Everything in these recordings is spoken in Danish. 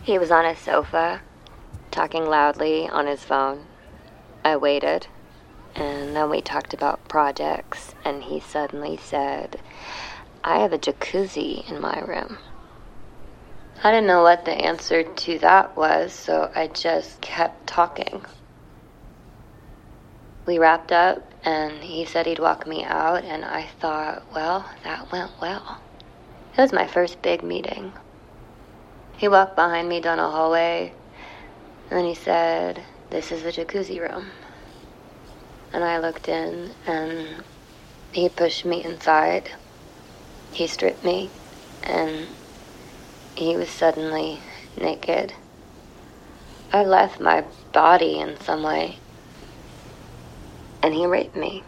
He was on a sofa, talking loudly on his phone. I waited, and then we talked about projects, and he suddenly said, I have a jacuzzi in my room. I didn't know what the answer to that was, so I just kept talking. We wrapped up, and he said he'd walk me out, and I thought, well, that went well. It was my first big meeting. He walked behind me down a hallway, and then he said, this is the jacuzzi room. And I looked in, and he pushed me inside. He stripped me, and he was suddenly naked. I left my body in some way, and he raped me.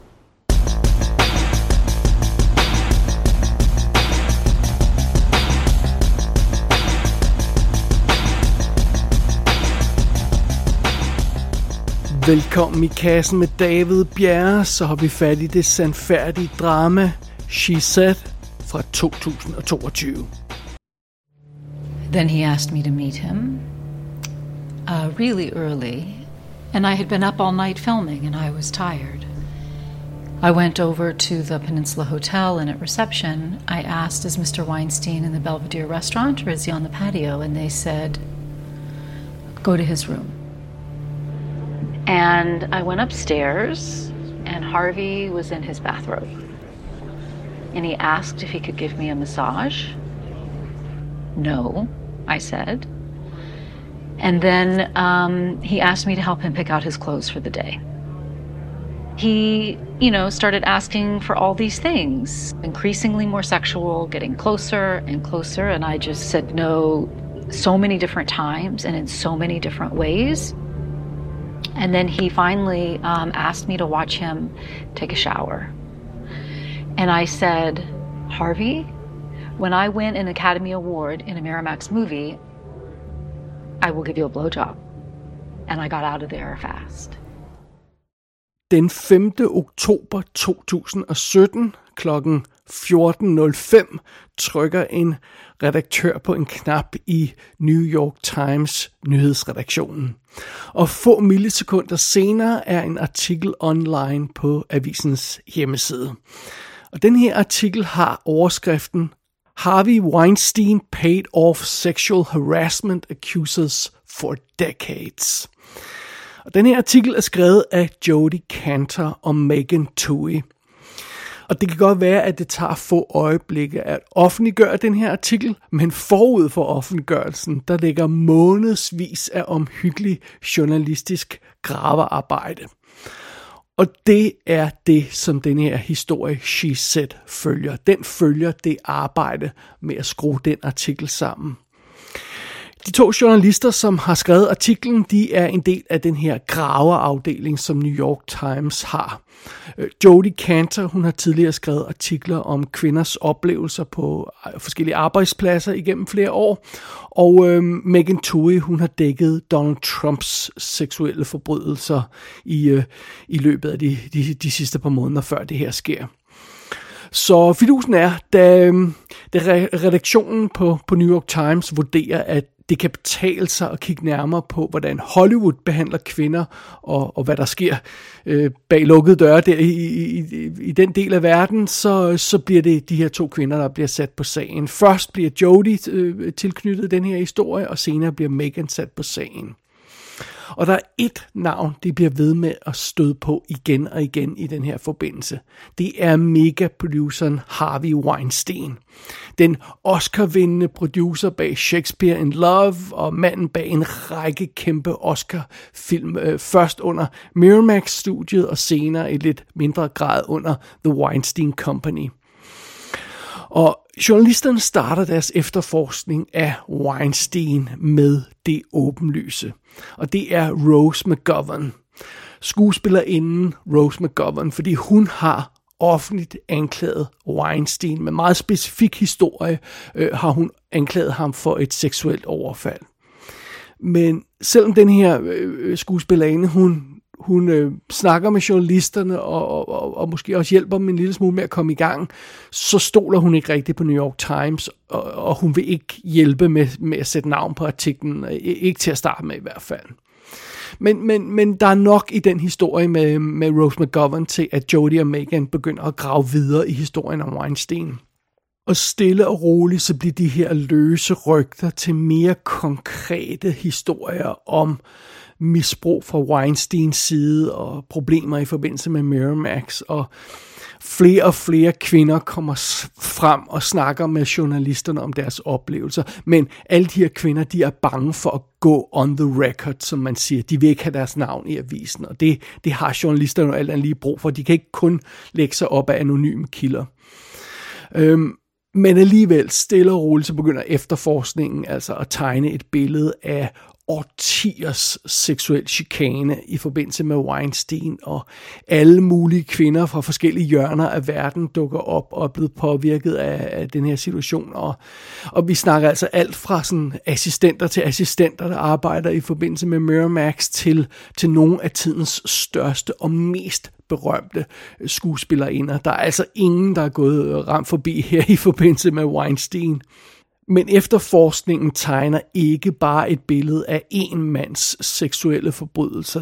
Velkommen i kassen med David Bjerre, så har vi fat i det sandfærdige drama She Said fra 2022. Then he asked me to meet him really early, and I had been up all night filming and I was tired. I went over to the Peninsula Hotel, and at reception I asked, is Mr. Weinstein in the Belvedere restaurant or is he on the patio? And they said, go to his room. And I went upstairs, and Harvey was in his bathrobe. And he asked if he could give me a massage. No, I said. And then he asked me to help him pick out his clothes for the day. He, started asking for all these things, increasingly more sexual, getting closer and closer. And I just said no so many different times and in so many different ways. And then he finally asked me to watch him take a shower. And I said, Harvey, when I win an Academy Award in a Miramax movie, I will give you a blowjob. And I got out of there fast. Den 5. oktober 2017 klokken 14.05 trykker en redaktør på en knap i New York Times nyhedsredaktionen. Og få millisekunder senere er en artikel online på avisens hjemmeside. Og den her artikel har overskriften Harvey Weinstein paid off sexual harassment accusers for decades. Og den her artikel er skrevet af Jodi Kantor og Megan Twohey. Og det kan godt være, at det tager få øjeblikke at offentliggøre den her artikel, men forud for offentliggørelsen, der ligger månedsvis af omhyggelig journalistisk gravearbejde. Og det er det, som den her historie She Said følger. Den følger det arbejde med at skrue den artikel sammen. De to journalister, som har skrevet artiklen, de er en del af den her graveafdeling, som New York Times har. Jodi Kantor, hun har tidligere skrevet artikler om kvinders oplevelser på forskellige arbejdspladser igennem flere år. Og Megan Twohey, hun har dækket Donald Trumps seksuelle forbrydelser i løbet af de sidste par måneder, før det her sker. Så fidusen er, da redaktionen på New York Times vurderer, at det kan betale sig at kigge nærmere på, hvordan Hollywood behandler kvinder, og hvad der sker bag lukkede døre der i den del af verden, så bliver det de her to kvinder, der bliver sat på sagen. Først bliver Jodi tilknyttet den her historie, og senere bliver Megan sat på sagen. Og der er et navn, de bliver ved med at støde på igen og igen i den her forbindelse. Det er megaproduceren Harvey Weinstein. Den Oscar-vindende producer bag Shakespeare in Love og manden bag en række kæmpe Oscar-film. Først under Miramax-studiet og senere i lidt mindre grad under The Weinstein Company. Og journalisterne starter deres efterforskning af Weinstein med det åbenlyse. Og det er Rose McGovern. Skuespillerinden Rose McGovern, fordi hun har offentligt anklaget Weinstein med meget specifik historie, har hun anklaget ham for et seksuelt overfald. Men selvom den her skuespillerinde, hun snakker med journalisterne og måske også hjælper dem en lille smule med at komme i gang, så stoler hun ikke rigtigt på New York Times, og hun vil ikke hjælpe med at sætte navn på artiklen, ikke til at starte med i hvert fald. Men der er nok i den historie med Rose McGovern til, at Jodie og Megan begynder at grave videre i historien om Weinstein. Og stille og roligt, så bliver de her løse rygter til mere konkrete historier om misbrug fra Weinsteins side og problemer i forbindelse med Miramax. Og flere kvinder kommer frem og snakker med journalisterne om deres oplevelser. Men alle de her kvinder, de er bange for at gå on the record, som man siger. De vil ikke have deres navn i avisen, og det har journalisterne jo alt andet lige brug for. De kan ikke kun lægge sig op af anonyme kilder. Men alligevel, stille og roligt, så begynder efterforskningen altså at tegne et billede af årtiers seksuel chikane i forbindelse med Weinstein, og alle mulige kvinder fra forskellige hjørner af verden dukker op og er blevet påvirket af den her situation, og vi snakker altså alt fra sådan assistenter til assistenter, der arbejder i forbindelse med Miramax, til nogle af tidens største og mest berømte skuespillerinder. Der er altså ingen, der er gået ramt forbi her i forbindelse med Weinstein. Men efterforskningen tegner ikke bare et billede af en mands seksuelle forbrydelser.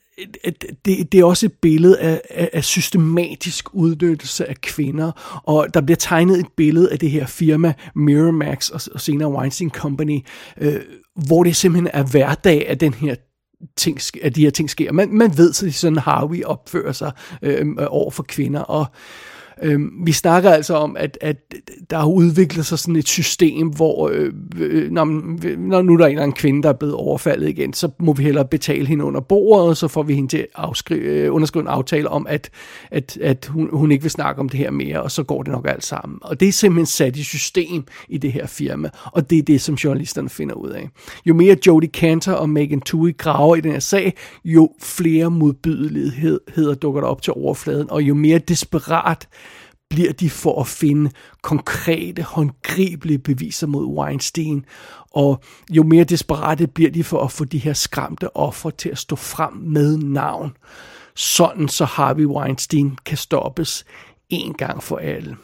Det er også et billede af systematisk udnyttelse af kvinder, og der bliver tegnet et billede af det her firma Miramax og senere Weinstein Company, hvor det simpelthen er hverdag af den her at de her ting sker. Man ved, så sådan Harvey opfører sig over for kvinder, og vi snakker altså om, at der har udviklet sig sådan et system, hvor når nu der er en eller anden kvinde, der er blevet overfaldet igen, så må vi hellere betale hende under bordet, og så får vi hende til at underskrive en aftale om, at hun ikke vil snakke om det her mere, og så går det nok alt sammen. Og det er simpelthen sat i system i det her firma, og det er det, som journalisterne finder ud af. Jo mere Jodie Kantor og Megan Twohey graver i den her sag, jo flere modbydeligheder dukker der op til overfladen, og jo mere desperat bliver de for at finde konkrete, håndgribelige beviser mod Weinstein, og jo mere desperate bliver de for at få de her skræmte ofre til at stå frem med navn, sådan så Harvey Weinstein kan stoppes en gang for alle.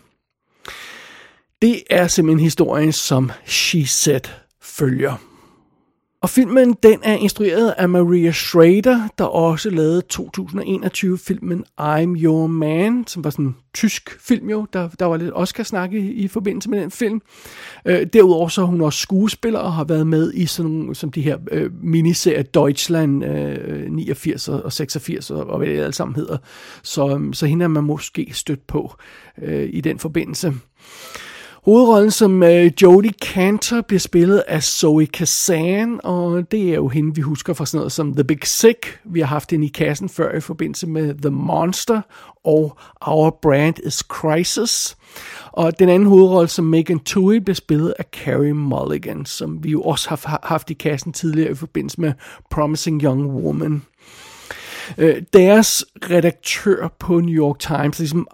Det er simpelthen historien, som She Said følger. Og filmen, den er instrueret af Maria Schrader, der også lavede 2021-filmen I'm Your Man, som var sådan en tysk film jo, der var lidt Oscar-snak i forbindelse med den film. Derudover så er hun også skuespiller og har været med i sådan nogle, som de her miniserier Deutschland 89 og 86 og hvad det alle sammen hedder. Så hende er man måske stødt på i den forbindelse. Hovedrollen som Jodie Kantor bliver spillet af Zoe Kazan, og det er jo hende, vi husker fra sådan noget som The Big Sick. Vi har haft hende i kassen før i forbindelse med The Monster og Our Brand is Crisis. Og den anden hovedrolle som Megan Twohey bliver spillet af Carey Mulligan, som vi jo også har haft i kassen tidligere i forbindelse med Promising Young Woman. Deres redaktør på New York Times ligesom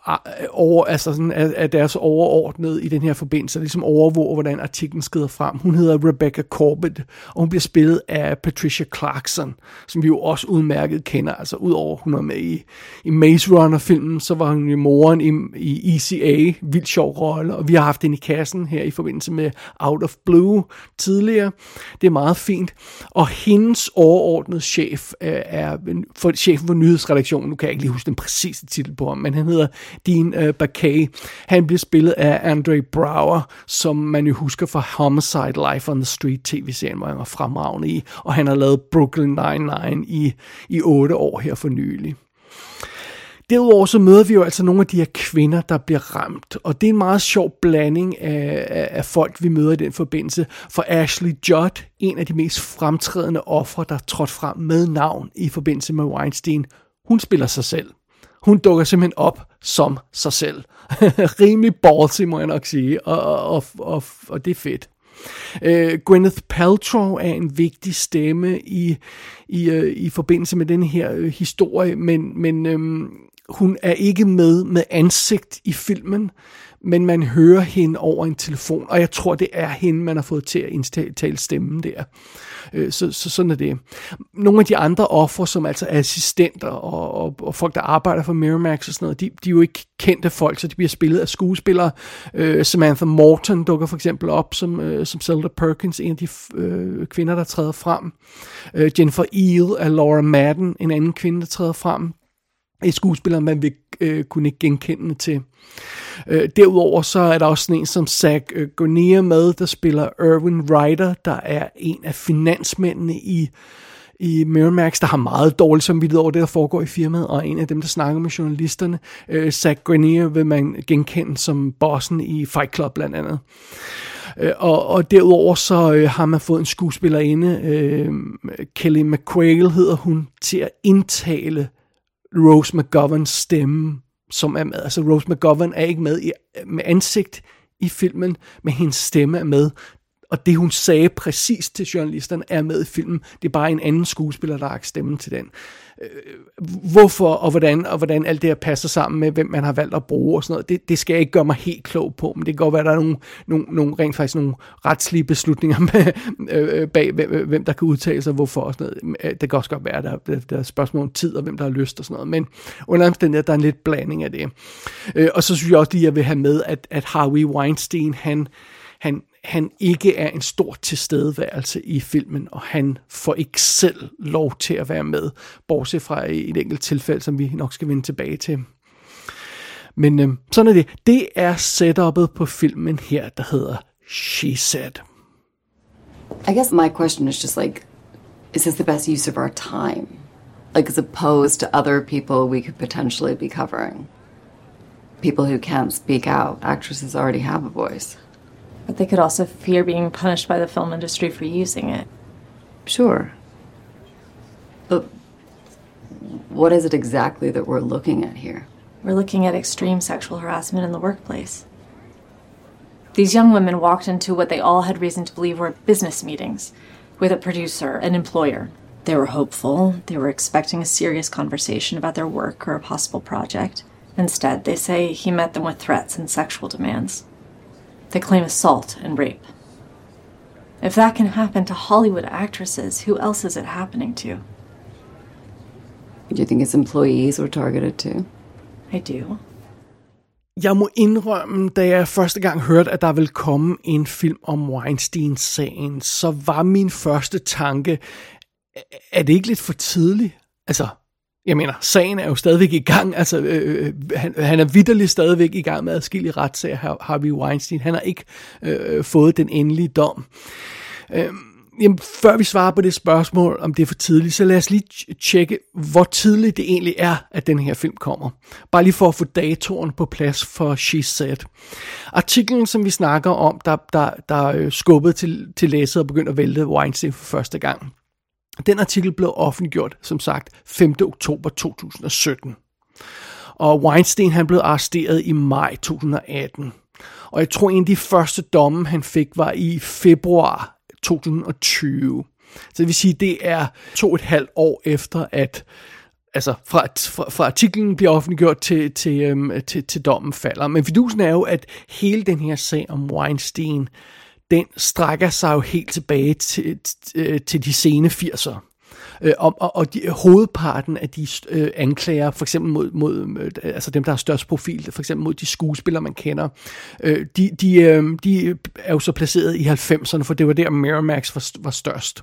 er deres overordnede i den her forbindelse, ligesom overvåger, hvordan artiklen skrider frem. Hun hedder Rebecca Corbett, og hun bliver spillet af Patricia Clarkson, som vi jo også udmærket kender. Altså udover hun er med i Maze Runner-filmen, så var hun jo moren i ECA, vildt sjov rolle, og vi har haft hende i kassen her i forbindelse med Out of Blue tidligere. Det er meget fint. Og hendes overordnede chef er chefen for nyhedsredaktionen, nu kan jeg ikke lige huske den præcise titel på ham, men han hedder Dean Baquet. Han bliver spillet af Andre Braugher, som man jo husker fra Homicide Life on the Street tv-serien, hvor han var fremragende i, og han har lavet Brooklyn Nine-Nine i 8 år her for nylig. Derudover så møder vi jo altså nogle af de her kvinder, der bliver ramt, og det er en meget sjov blanding af folk, vi møder i den forbindelse. For Ashley Judd, en af de mest fremtrædende ofre, der trådte frem med navn i forbindelse med Weinstein, hun spiller sig selv. Hun dukker simpelthen op som sig selv. Rimelig ballsy, må jeg nok sige, og det er fedt. Gwyneth Paltrow er en vigtig stemme i forbindelse med den her historie, men hun er ikke med ansigt i filmen, men man hører hende over en telefon, og jeg tror, det er hende, man har fået til at indtale stemmen der. Så sådan er det. Nogle af de andre ofre, som altså er assistenter og folk, der arbejder for Miramax og sådan noget, de er jo ikke kendte folk, så de bliver spillet af skuespillere. Samantha Morton dukker for eksempel op som Zelda Perkins, en af de kvinder, der træder frem. Jennifer Eel er Laura Madden, en anden kvinde, der træder frem. Et skuespiller, man vil kunne ikke genkende til. Derudover så er der også en som Zach Grenier med, der spiller Erwin Ryder, der er en af finansmændene i Miramax, der har meget dårligt samvittighed over det, der foregår i firmaet, og en af dem, der snakker med journalisterne. Zach Grenier vil man genkende som bossen i Fight Club blandt andet. Og derudover så har man fået en skuespillerinde, Kelly McQuail hedder hun, til at indtale Rose McGovens stemme, som er med. Altså Rose McGovern er ikke med med ansigt i filmen, men hendes stemme er med. Og det hun sagde præcis til journalisterne er med i filmen. Det er bare en anden skuespiller, der har stemmen til den. Hvorfor og hvordan alt det her passer sammen med, hvem man har valgt at bruge og sådan noget, det skal jeg ikke gøre mig helt klog på, men det kan godt være, at der er nogle rent faktisk nogle retslige beslutninger med, bag, hvem der kan udtale sig, hvorfor og sådan noget. Det kan også godt være, at der er spørgsmål om tid og hvem der har lyst og sådan noget, men under omstændigheder, der er en lidt blanding af det. Og så synes jeg også lige, at jeg vil have med, at Harvey Weinstein, han ikke er en stor tilstedeværelse i filmen, og han får ikke selv lov til at være med, bortset fra i et enkelt tilfælde, som vi nok skal vende tilbage til. Men sådan er det. Det er setupet på filmen her, der hedder She Said. I guess my question is just like, is this the best use of our time? Like as opposed to other people we could potentially be covering? People who can't speak out. Actresses already have a voice. But they could also fear being punished by the film industry for using it. Sure. But what is it exactly that we're looking at here? We're looking at extreme sexual harassment in the workplace. These young women walked into what they all had reason to believe were business meetings with a producer, an employer. They were hopeful. They were expecting a serious conversation about their work or a possible project. Instead, they say he met them with threats and sexual demands. They claim assault and rape. If that can happen to Hollywood actresses, who else is it happening to? Do you think his employees were targeted too? I do. Jeg må indrømme, da jeg første gang hørte, at der ville komme en film om Weinstein-sagen, så var min første tanke, er det ikke lidt for tidligt? Altså, jeg mener, sagen er jo stadigvæk i gang. Altså, han er vitterligt stadigvæk i gang med adskillige retssager, Harvey Weinstein. Han har ikke fået den endelige dom. Jamen, før vi svarer på det spørgsmål, om det er for tidligt, så lad os lige tjekke, hvor tidligt det egentlig er, at den her film kommer. Bare lige for at få datoren på plads for She Said. Artiklen, som vi snakker om, der skubbede til læsere og begyndte at vælte Weinstein for første gang. Den artikel blev offentliggjort, som sagt, 5. oktober 2017. Og Weinstein, han blev arresteret i maj 2018. Og jeg tror, en af de første domme, han fik, var i februar 2020. Så det vil sige, det er 2,5 år efter, at altså fra artiklen bliver offentliggjort til dommen falder. Men fidusen er jo, at hele den her sag om Weinstein, den strækker sig jo helt tilbage til de sene 80'er. Og hovedparten af de anklager, for eksempel mod altså dem, der har størst profil, for eksempel mod de skuespillere, man kender, de er jo så placeret i 90'erne, for det var der Miramax var størst.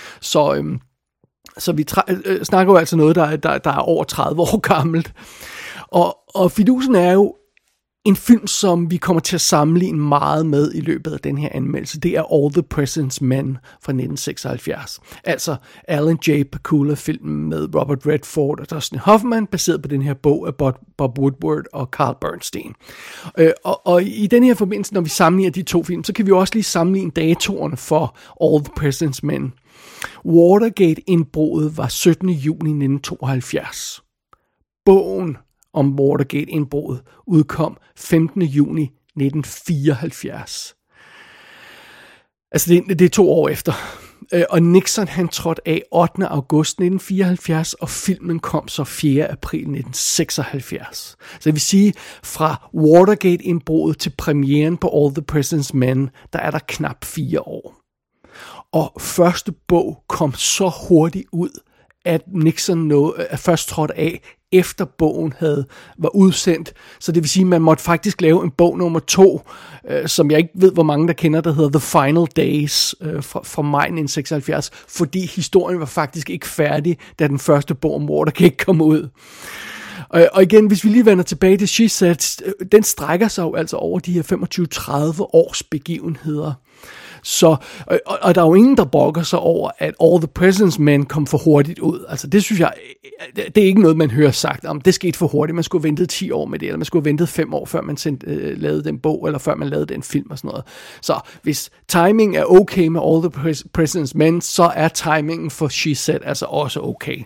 Så vi snakker jo altså noget, der er over 30 år gammelt. Og fidusen er jo, en film, som vi kommer til at sammenligne meget med i løbet af den her anmeldelse, det er All the President's Men fra 1976. Altså Alan J. Pakula-filmen med Robert Redford og Dustin Hoffman, baseret på den her bog af Bob Woodward og Carl Bernstein. Og i den her forbindelse, når vi sammenligner de to film, så kan vi også lige sammenligne datoerne for All the President's Men. Watergate-indbruddet var 17. juni 1972. Bogen om Watergate-indbruddet udkom 15. juni 1974. Altså det er 2 år efter. og Nixon han trådte af 8. august 1974, og filmen kom så 4. april 1976. Så det vil sige, fra Watergate-indbruddet til premieren på All the President's Men, der er der knap 4 år. Og første bog kom så hurtigt ud, at Nixon først trådte af, efter bogen var udsendt. Så det vil sige, at man måtte faktisk lave en bog nummer 2, som jeg ikke ved, hvor mange der kender, der hedder The Final Days fra maj 1976, fordi historien var faktisk ikke færdig, da den første bog om Watergate kom ud. Og igen, hvis vi lige vender tilbage til She Said, den strækker sig jo altså over de her 25-30 års begivenheder. Så, og der er jo ingen, der brokker sig over, at All the President's Men kom for hurtigt ud. Altså det synes jeg, det er ikke noget, man hører sagt om. Det skete for hurtigt. Man skulle have ventet 10 år med det, eller man skulle have ventet 5 år, før man lavede den bog, eller før man lavede den film og sådan noget. Så hvis timing er okay med All the President's Men, så er timingen for She Said altså også okay.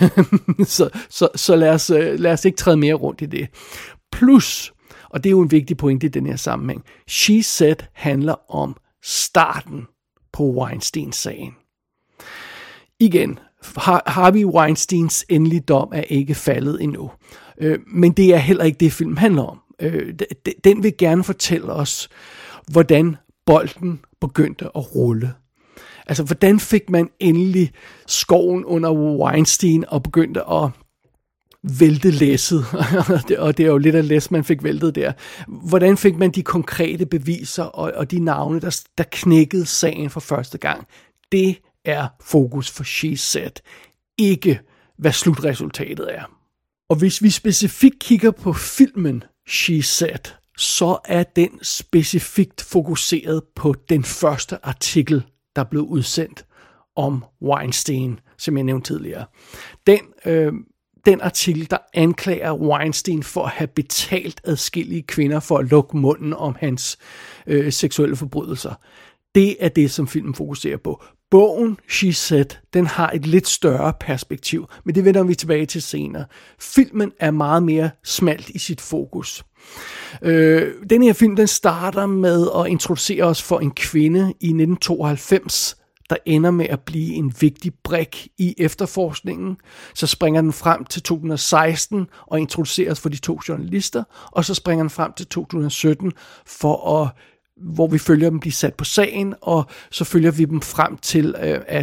så lad os ikke træde mere rundt i det. Plus, og det er jo en vigtig pointe i den her sammenhæng, She Said handler om starten på Weinstein-sagen. Igen, Harvey Weinsteins endelige dom er ikke faldet endnu. Men det er heller ikke det, film handler om. Den vil gerne fortælle os, hvordan bolden begyndte at rulle. Altså, hvordan fik man endelig skoven under Weinstein og begyndte at vælte læsset, og det er jo lidt af læs, man fik væltet der. Hvordan fik man de konkrete beviser og de navne, der knækkede sagen for første gang? Det er fokus for She Said, ikke hvad slutresultatet er. Og hvis vi specifikt kigger på filmen She Said, så er den specifikt fokuseret på den første artikel, der blev udsendt om Weinstein, som jeg nævnte tidligere. Den artikel, der anklager Weinstein for at have betalt adskillige kvinder for at lukke munden om hans seksuelle forbrydelser. Det er det, som filmen fokuserer på. Bogen, She Said, den har et lidt større perspektiv, men det vender vi tilbage til senere. Filmen er meget mere smalt i sit fokus. Den her film, den starter med at introducere os for en kvinde i 1992, der ender med at blive en vigtig brik i efterforskningen. Så springer den frem til 2016 og introduceres for de 2 journalister, og så springer den frem til 2017 hvor vi følger dem blive sat på sagen, og så følger vi dem frem til,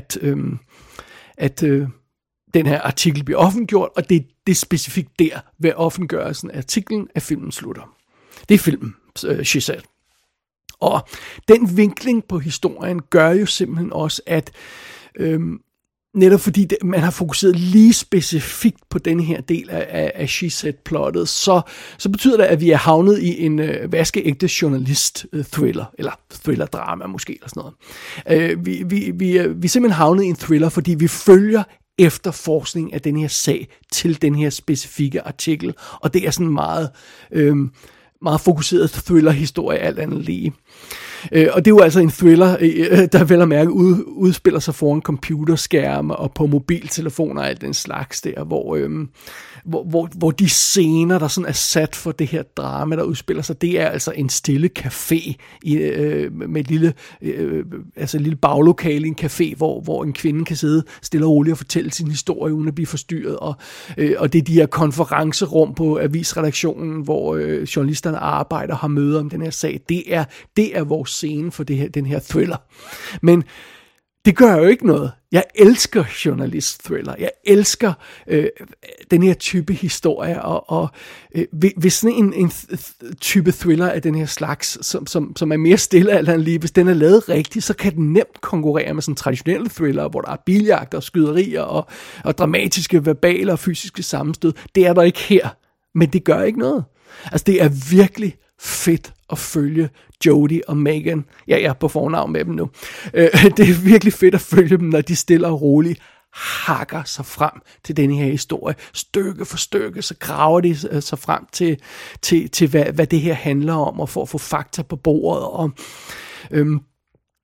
at den her artikel bliver offentliggjort, og det er specifikt der ved offentliggørelsen af artiklen, at filmen slutter. Det er filmen, She Said. Og den vinkling på historien gør jo simpelthen også, at netop fordi man har fokuseret lige specifikt på den her del af She Said-plottet, så betyder det, at vi er havnet i en vaskeægte journalist-thriller, eller thriller-drama måske, eller sådan noget. Vi er simpelthen havnet i en thriller, fordi vi følger efterforskning af den her sag til den her specifikke artikel, og det er sådan meget fokuseret thriller-historie, alt andet lige. Og det er jo altså en thriller, der vel at mærke udspiller sig foran computerskærme og på mobiltelefoner og alt den slags der, hvor de scener, der sådan er sat for det her drama, der udspiller sig, det er altså en stille café med et lille baglokale i en café, hvor en kvinde kan sidde stille og roligt og fortælle sin historie uden at blive forstyrret, og det er de her konferencerum på avisredaktionen, hvor journalisterne arbejder og har møder om den her sag. Det er vores scene for den her thriller. Men det gør jo ikke noget. Jeg elsker journalist-thriller. Jeg elsker den her type historie, og hvis sådan en type thriller af den her slags, som er mere stille eller lige, hvis den er lavet rigtigt, så kan den nemt konkurrere med sådan traditionelle thriller, hvor der er biljagter og skyderier og dramatiske verbale og fysiske sammenstød. Det er der ikke her, men det gør ikke noget. Altså, det er virkelig fedt at følge Jodie og Megan. Ja, jeg er på fornavn med dem nu. Det er virkelig fedt at følge dem, når de stille og roligt hakker sig frem til denne her historie. Stykke for stykke, så graver de sig frem til hvad det her handler om, og for at få fakta på bordet. Og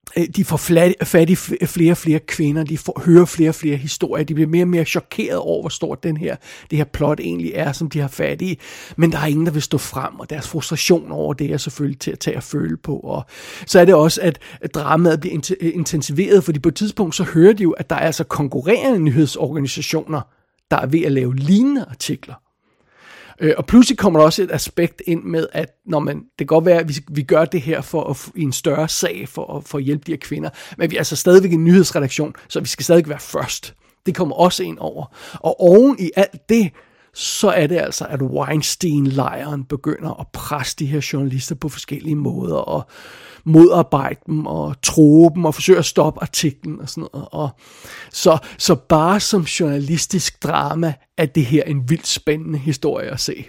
de får fat i flere og flere kvinder, de hører flere og flere historier, de bliver mere og mere chokeret over, hvor stort det her plot egentlig er, som de har fat i, men der er ingen, der vil stå frem, og deres frustration over det er selvfølgelig til at tage og føle på, og så er det også, at dramaet bliver intensiveret, fordi på et tidspunkt, så hører de jo, at der er altså konkurrerende nyhedsorganisationer, der er ved at lave lignende artikler. Og pludselig kommer der også et aspekt ind med, at det kan godt være, at vi gør det her i en større sag for at hjælpe de her kvinder, men vi er altså stadigvæk en nyhedsredaktion, så vi skal stadig være først. Det kommer også ind over. Og oven i alt det, så er det altså, at Weinstein-lejren begynder at presse de her journalister på forskellige måder, og modarbejde dem, og true dem, og forsøge at stoppe artiklen, og sådan noget. Og så bare som journalistisk drama, er det her en vildt spændende historie at se.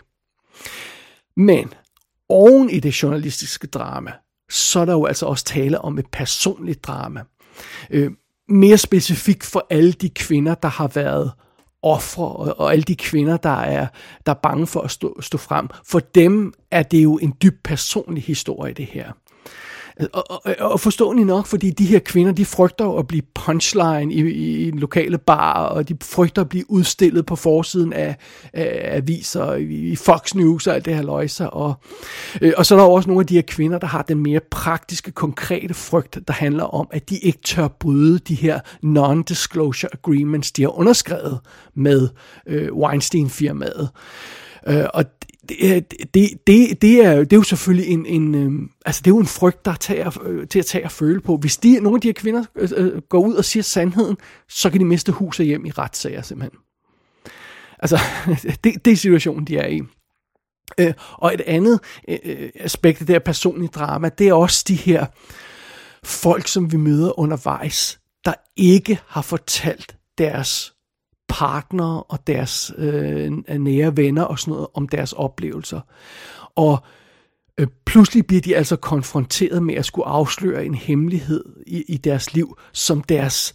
Men oven i det journalistiske drama, så er der jo altså også tale om et personligt drama. Mere specifikt for alle de kvinder, der har været ofre, og alle de kvinder, der er bange for at stå frem. For dem er det jo en dybt personlig historie, det her. Og forståeligt nok, fordi de her kvinder, de frygter jo at blive punchline i en lokale bar, og de frygter at blive udstillet på forsiden af aviser, i Fox News og alt det her løjser. Og så er der også nogle af de her kvinder, der har den mere praktiske, konkrete frygt, der handler om, at de ikke tør bryde de her non-disclosure agreements, de har underskrevet med Weinstein-firmaet. Og det er jo selvfølgelig altså det er jo en frygt, der til at tage og føle på. Hvis nogle af de her kvinder går ud og siger sandheden, så kan de miste hus og hjem i retssager simpelthen. Altså, det er situationen, de er i. Og et andet aspekt af det her personlige drama, det er også de her folk, som vi møder undervejs, der ikke har fortalt deres partnere og deres nære venner og sådan noget om deres oplevelser. Og pludselig bliver de altså konfronteret med at skulle afsløre en hemmelighed i deres liv, som deres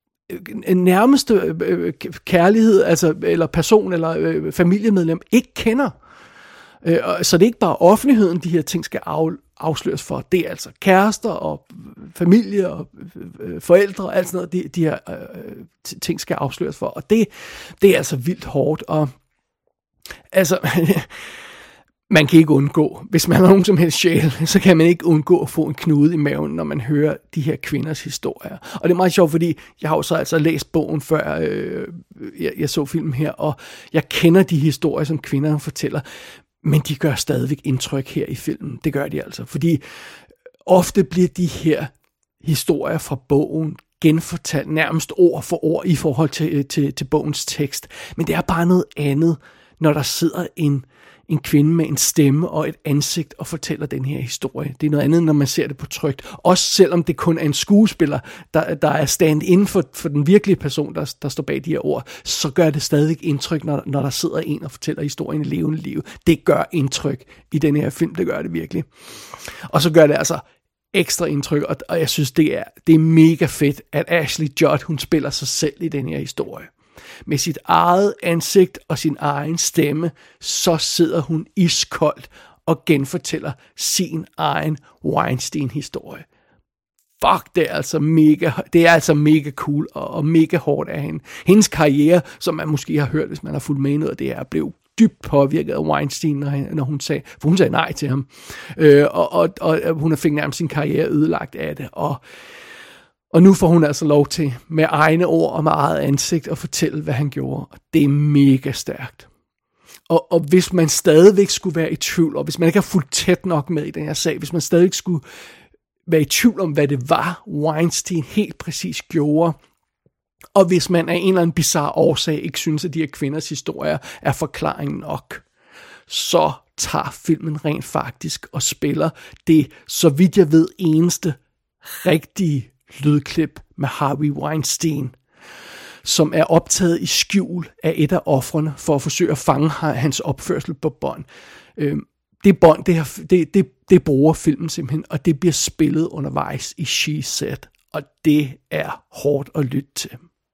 nærmeste kærlighed, altså, eller person eller familiemedlem ikke kender. Så det er ikke bare offentligheden, de her ting skal afsløres for. Det er altså kærester og familie og forældre og alt sådan noget, de her ting skal afsløres for. Og det er altså vildt hårdt. Og altså, man kan ikke undgå, hvis man har nogen som helst sjæl, så kan man ikke undgå at få en knude i maven, når man hører de her kvinders historier. Og det er meget sjovt, fordi jeg har jo så altså læst bogen, før jeg så filmen her, og jeg kender de historier, som kvinderne fortæller, men de gør stadigvæk indtryk her i filmen. Det gør de altså, fordi ofte bliver de her historier fra bogen genfortalt nærmest ord for ord i forhold til bogens tekst. Men det er bare noget andet, når der sidder en kvinde med en stemme og et ansigt og fortæller den her historie. Det er noget andet, når man ser det på trykt. Også selvom det kun er en skuespiller, der er stand inden for den virkelige person, der står bag de her ord, så gør det stadig indtryk, når der sidder en og fortæller historien i levende liv. Det gør indtryk i den her film, det gør det virkelig. Og så gør det altså ekstra indtryk, og jeg synes, det er mega fedt, at Ashley Judd, hun spiller sig selv i den her historie. Med sit eget ansigt og sin egen stemme, så sidder hun iskoldt og genfortæller sin egen Weinstein-historie. Fuck, det er altså mega cool og mega hårdt af hende. Hendes karriere, som man måske har hørt, hvis man har fulgt med i noget af det her, blev dybt påvirket af Weinstein, når hun sagde nej til ham. Og hun fik nærmest sin karriere ødelagt af det. Og nu får hun altså lov til med egne ord og med eget ansigt at fortælle, hvad han gjorde. Og det er mega stærkt. Og hvis man stadigvæk skulle være i tvivl, og hvis man ikke har fulgt tæt nok med i den her sag, hvis man stadigvæk skulle være i tvivl om, hvad det var, Weinstein helt præcis gjorde, og hvis man af en eller anden bizarre årsag ikke synes, at de her kvinders historier er forklaringen nok, så tager filmen rent faktisk og spiller det, så vidt jeg ved, eneste rigtige lydklip med Harvey Weinstein, som er optaget i skjul af et af ofrene for at forsøge at fange hans opførsel på bånd. Det bånd, det bruger filmen simpelthen, og det bliver spillet undervejs i She Said, og det er hårdt at lytte til.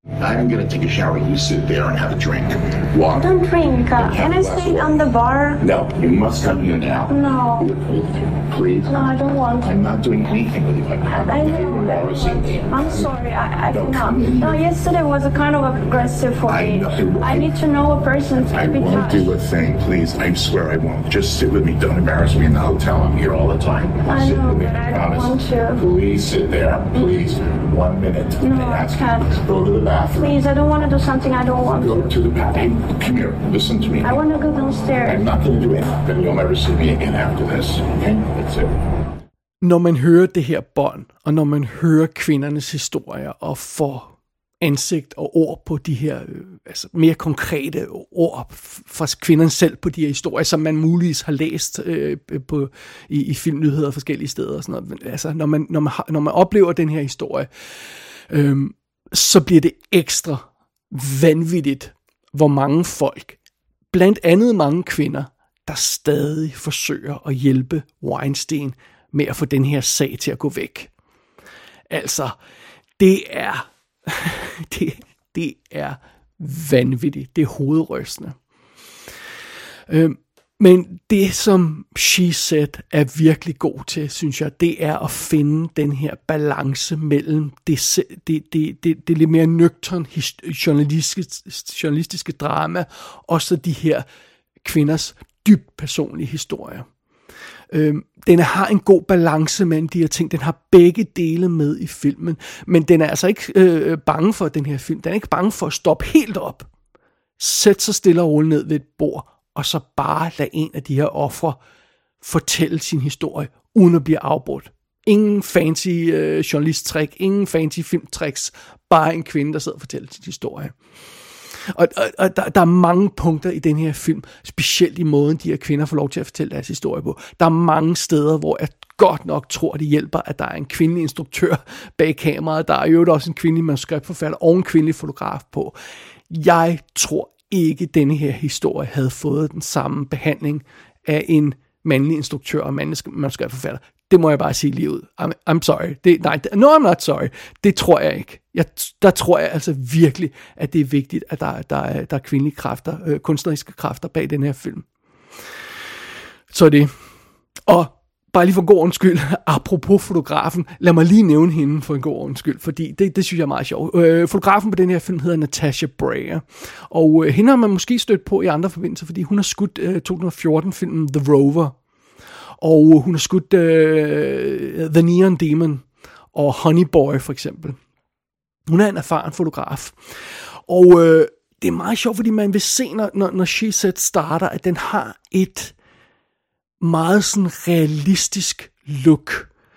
I'm gonna take a shower. You sit there and have a drink. Walk. I don't drink. Can I stay on the bar? No, you must come here now. No. Please. No, I don't want to. I'm not doing anything with you. I know. I'm sorry. I cannot. No, yesterday was a kind of aggressive for me. I need to know a person to I be won't touched. do a thing, please. I swear I won't. Just sit with me. Don't embarrass me in the hotel. I'm here all the time. I Sit know, with me. but I don't want to. Please sit there. Please. 1 minute. No, I can't. Go to the bathroom. Please, I don't want to do something I don't want Go to. to the bathroom. Hey, come here. Listen to me. I want to go downstairs. I'm not going to do anything. Then you'll never see me again after this. Okay? That's it. Når man hører det her bånd, og når man hører kvindernes historier, og får ansigt og ord på de her altså mere konkrete ord fra kvinderne selv på de her historier, som man muligvis har læst i filmnyheder forskellige steder og sådan noget. Altså, når man oplever den her historie, så bliver det ekstra vanvittigt, hvor mange folk, blandt andet mange kvinder, der stadig forsøger at hjælpe Weinstein med at få den her sag til at gå væk. Altså, det er det er vanvittigt. Det er hovedrystende. Men det, som She Said er virkelig god til, synes jeg, det er at finde den her balance mellem det lidt mere nøgtern journalistiske drama, og så de her kvinders dybt personlige historier. Den har en god balance mellem de her ting. Den har begge dele med i filmen, men den er altså ikke bange for den her film. Den er ikke bange for at stoppe helt op. Sæt sig stille og roligt ned ved et bord, og så bare lade en af de her ofre fortælle sin historie, uden at blive afbrudt. Ingen fancy journalisttrick, ingen fancy filmtricks, bare en kvinde, der sidder og fortæller sin historie. Og der er mange punkter i den her film, specielt i måden, de her kvinder får lov til at fortælle deres historie på. Der er mange steder, hvor jeg godt nok tror, det hjælper, at der er en kvindelig instruktør bag kameraet. Der er jo også en kvindelig manuskriptforfatter og en kvindelig fotograf på. Jeg tror ikke, denne her historie havde fået den samme behandling af en mandlig instruktør og mandlig manuskriptforfatter. Det må jeg bare sige lige ud. I'm sorry. No, I'm not sorry. Det tror jeg ikke. Der tror jeg altså virkelig, at det er vigtigt, at der er kvindelige kræfter, kunstneriske kræfter bag den her film. Så det. Og bare lige for en god undskyld, apropos fotografen, lad mig lige nævne hende for en god undskyld, fordi det synes jeg er meget sjovt. Fotografen på den her film hedder Natasha Breyer, og hende har man måske stødt på i andre forbindelser, fordi hun har skudt 2014-filmen The Rover, og hun har skudt The Neon Demon og Honey Boy for eksempel. Hun er en erfaren fotograf, og det er meget sjovt, fordi man vil se, når She Said starter, at den har et meget sådan realistisk look.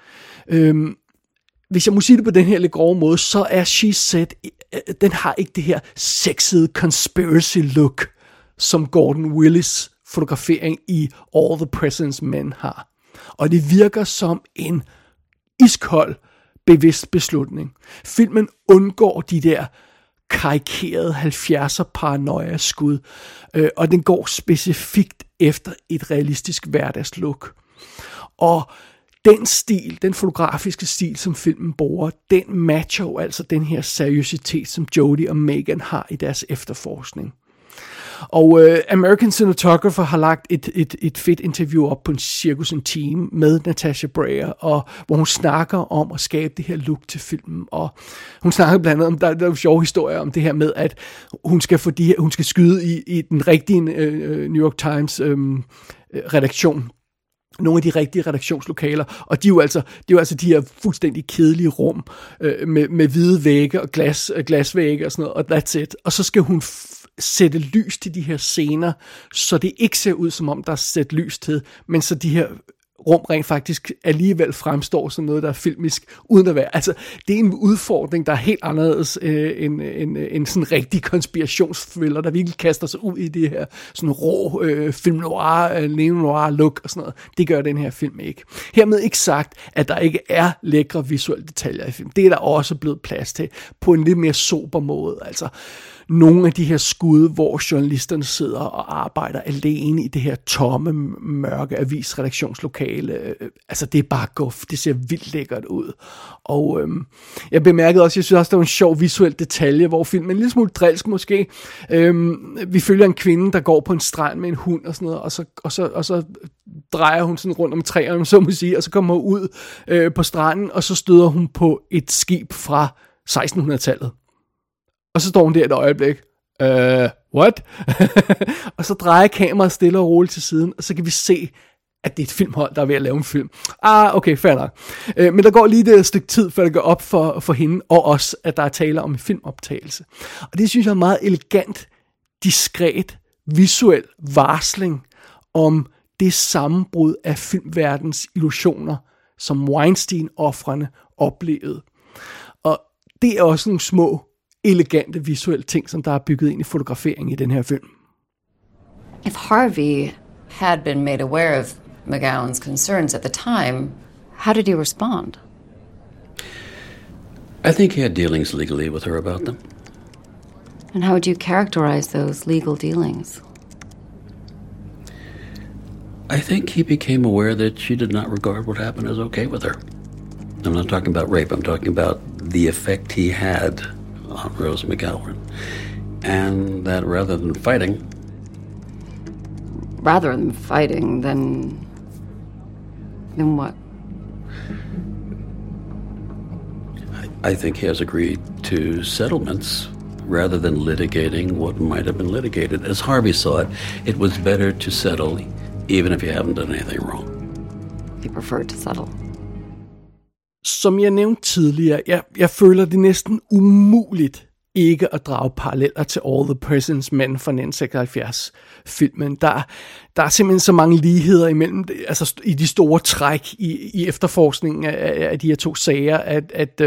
Hvis jeg må sige det på den her lidt grove måde, så er She Said, den har ikke det her sexede conspiracy look, som Gordon Willis fotografering i All the President's Men har. Og det virker som en iskold, bevidst beslutning. Filmen undgår de der karikerede 70'er paranoia-skud, og den går specifikt efter et realistisk hverdagslook. Og den stil, den fotografiske stil, som filmen bruger, den matcher jo altså den her seriøsitet, som Jodie og Megan har i deres efterforskning. Og American Cinematographer har lagt et fedt interview op på en Cirkus en Time med Natasha Breyer, og hvor hun snakker om at skabe det her look til filmen. Og hun snakker blandt andet om, der er jo sjove historier om det her med, at hun skal skyde i den rigtige New York Times redaktion. Nogle af de rigtige redaktionslokaler, og de er jo altså de her fuldstændig kedelige rum med hvide vægge og glasvægge og sådan noget, og that's it. Og så skal hun sætte lys til de her scener, så det ikke ser ud som om der er sat lys til, men så de her rum rent faktisk alligevel fremstår som noget, der er filmisk, uden at være. Altså, det er en udfordring, der er helt anderledes end sådan en rigtig konspirationsthriller, der virkelig kaster sig ud i det her sådan rå film noir, neo-noir look og sådan noget. Det gør den her film ikke. Hermed ikke sagt, at der ikke er lækre visuelle detaljer i filmen. Det er der også blevet plads til på en lidt mere sober måde. Altså, nogle af de her skud, hvor journalisterne sidder og arbejder alene i det her tomme, mørke avisredaktionslokale. Altså, det er bare guf. Det ser vildt lækkert ud. Og jeg bemærkede også, jeg synes også, der var en sjov visuel detalje, hvor filmen er en lille smule drilsk måske. Vi følger en kvinde, der går på en strand med en hund og sådan noget, og så drejer hun sådan rundt om træerne, så må sige, og så kommer hun ud på stranden, og så støder hun på et skib fra 1600-tallet. Og så står hun der et øjeblik. What? Og så drejer kameraet stille og roligt til siden, og så kan vi se, at det er et filmhold, der er ved at lave en film. Okay, fair nok. Men der går lige et stykke tid, før det går op for hende og os, at der er tale om en filmoptagelse. Og det synes jeg er meget elegant, diskret, visuel varsling om det sammenbrud af filmverdens illusioner, som Weinstein-ofrene oplevede. Og det er også nogle små, elegante visuelle ting, som der er bygget ind i fotograferingen i den her film. If Harvey had been made aware of McGowan's concerns at the time, how did he respond? I think he had dealings legally with her about them. And how would you characterize those legal dealings? I think he became aware that she did not regard what happened as okay with her. I'm not talking about rape. I'm talking about the effect he had on Rose McGowan. And that rather than fighting... Rather than fighting, then what? I think he has agreed to settlements rather than litigating what might have been litigated. As Harvey saw it, it was better to settle even if you haven't done anything wrong. He preferred to settle. Som jeg nævnte tidligere, jeg føler det næsten umuligt ikke at drage paralleller til All the President's Men fra 1976-filmen. Der er simpelthen så mange ligheder imellem, altså i de store træk i efterforskningen af de her to sager, at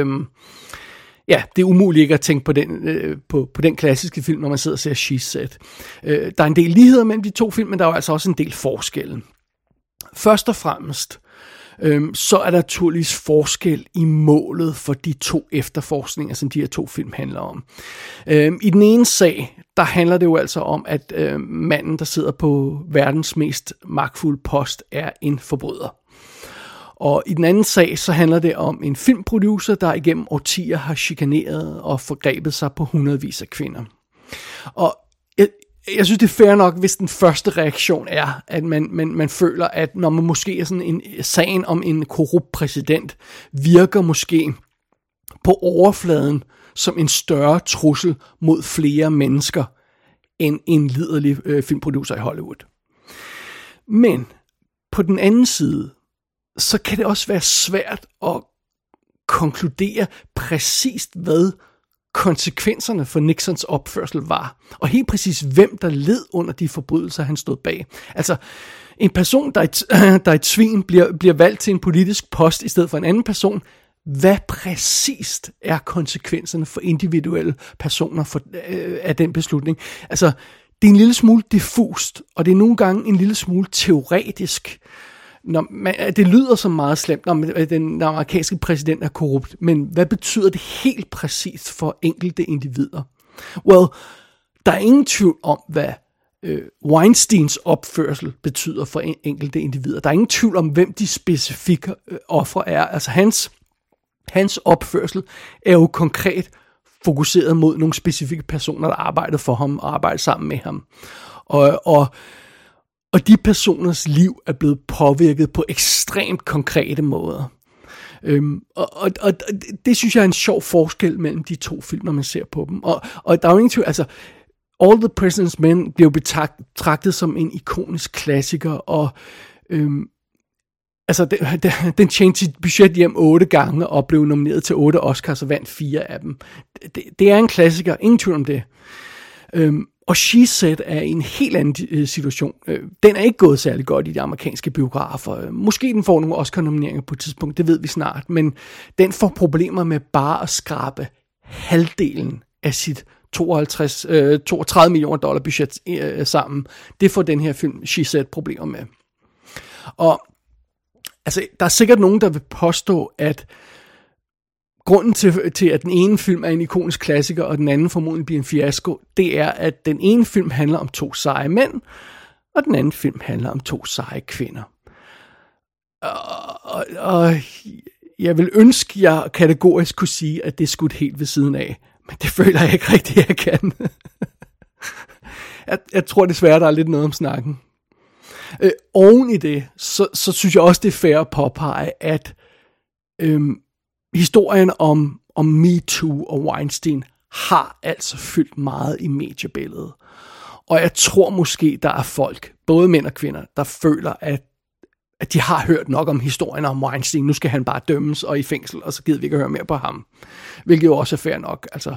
det er umuligt ikke at tænke på den klassiske film, når man sidder og ser She Said. Der er en del ligheder mellem de to film, men der er jo altså også en del forskelle. Først og fremmest, så er der naturligvis forskel i målet for de to efterforskninger, som de her to film handler om. I den ene sag, der handler det jo altså om, at manden, der sidder på verdens mest magtfulde post, er en forbryder. Og i den anden sag, så handler det om en filmproducer, der igennem årtier har chikaneret og forgrebet sig på hundredvis af kvinder. Og jeg synes, det er fair nok, hvis den første reaktion er, at man føler, at når man måske er sådan sagen om en korrupt præsident, virker måske på overfladen som en større trussel mod flere mennesker, end en liderlig filmproducer i Hollywood. Men på den anden side, så kan det også være svært at konkludere præcist, hvad konsekvenserne for Nixons opførsel var, og helt præcis hvem der led under de forbrydelser, han stod bag. Altså, en person, der er et svin, bliver valgt til en politisk post i stedet for en anden person. Hvad præcist er konsekvenserne for individuelle personer af den beslutning? Altså, det er en lille smule diffust, og det er nogle gange en lille smule teoretisk. Det lyder så meget slemt, når den amerikanske præsident er korrupt, men hvad betyder det helt præcist for enkelte individer? Well, der er ingen tvivl om, hvad Weinsteins opførsel betyder for enkelte individer. Der er ingen tvivl om, hvem de specifikke ofre er. Altså hans opførsel er jo konkret fokuseret mod nogle specifikke personer, der arbejdede for ham og arbejdede sammen med ham. Og de personers liv er blevet påvirket på ekstremt konkrete måder. Og det synes jeg er en sjov forskel mellem de to film, når man ser på dem. Og der er jo ingen tvivl, altså All the President's Men blev betragtet som en ikonisk klassiker, og altså den tjente sit budget hjem 8 gange og blev nomineret til 8 Oscars og vandt 4 af dem. Det er en klassiker, ingen tvivl om det. Og She Said er i en helt anden situation. Den er ikke gået særlig godt i de amerikanske biografer. Måske den får nogle Oscar-nomineringer på et tidspunkt, det ved vi snart. Men den får problemer med bare at skrabe halvdelen af sit $32 millioner budget sammen. Det får den her film She Said problemer med. Og altså, der er sikkert nogen, der vil påstå, at grunden til, at den ene film er en ikonisk klassiker, og den anden formodentlig bliver en fiasko, det er, at den ene film handler om 2 seje mænd, og den anden film handler om 2 seje kvinder. Og jeg vil ønske, jeg kategorisk kunne sige, at det er skudt helt ved siden af, men det føler jeg ikke rigtig, jeg kan. Jeg tror desværre, der er lidt noget om snakken. Oven i det, så synes jeg også, det er fair at påpege, at historien om MeToo og Weinstein har altså fyldt meget i mediebilledet. Og jeg tror måske, der er folk, både mænd og kvinder, der føler, at de har hørt nok om historien om Weinstein. Nu skal han bare dømmes og i fængsel, og så gider vi ikke høre mere på ham. Hvilket jo også er fair nok. Altså,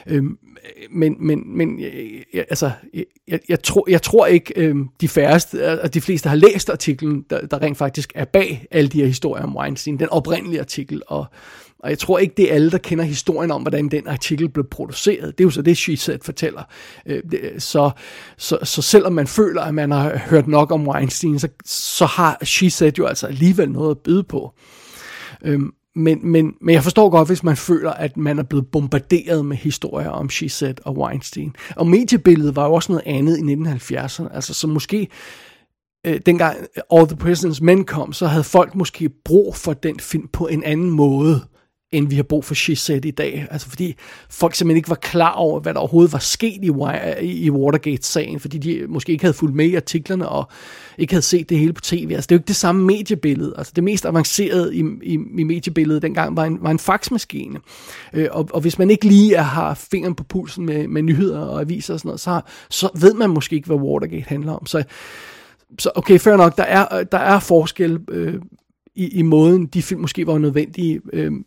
jeg tror ikke, de fleste har læst artiklen, der rent faktisk er bag alle de her historier om Weinstein. Den oprindelige artikel, og jeg tror ikke, det er alle, der kender historien om, hvordan den artikel blev produceret. Det er jo så det, She Said fortæller. Så selvom man føler, at man har hørt nok om Weinstein, så har She Said jo altså alligevel noget at byde på. Men jeg forstår godt, hvis man føler, at man er blevet bombarderet med historier om She Said og Weinstein. Og mediebilledet var jo også noget andet i 1970'erne. Altså, så måske dengang All the President's Men kom, så havde folk måske brug for den film på en anden måde, end vi har brug for She Said i dag. Altså fordi folk simpelthen ikke var klar over, hvad der overhovedet var sket i Watergate-sagen, fordi de måske ikke havde fulgt med i artiklerne, og ikke havde set det hele på tv. Altså det er jo ikke det samme mediebillede. Altså det mest avancerede i mediebilledet dengang var en faxmaskine. Og hvis man ikke lige har fingeren på pulsen med nyheder og aviser og sådan noget, så ved man måske ikke, hvad Watergate handler om. Så okay, fair nok, der er forskel i måden, de film måske var nødvendige,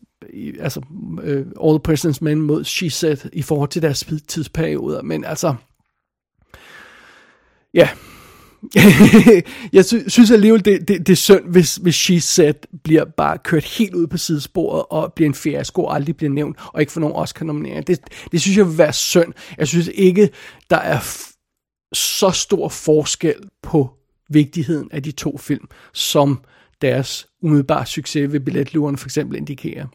All the President's Men mod She Said i forhold til deres tidsperioder, men altså ja jeg synes alligevel det er synd, hvis She Said bliver bare kørt helt ud på sidesporet og bliver en fiasko og aldrig bliver nævnt og ikke får nogen Oscar-nominering. Det synes jeg vil være synd. Jeg synes ikke der er så stor forskel på vigtigheden af de 2 film, som deres umiddelbare succes ved billetluerne for eksempel indikerer.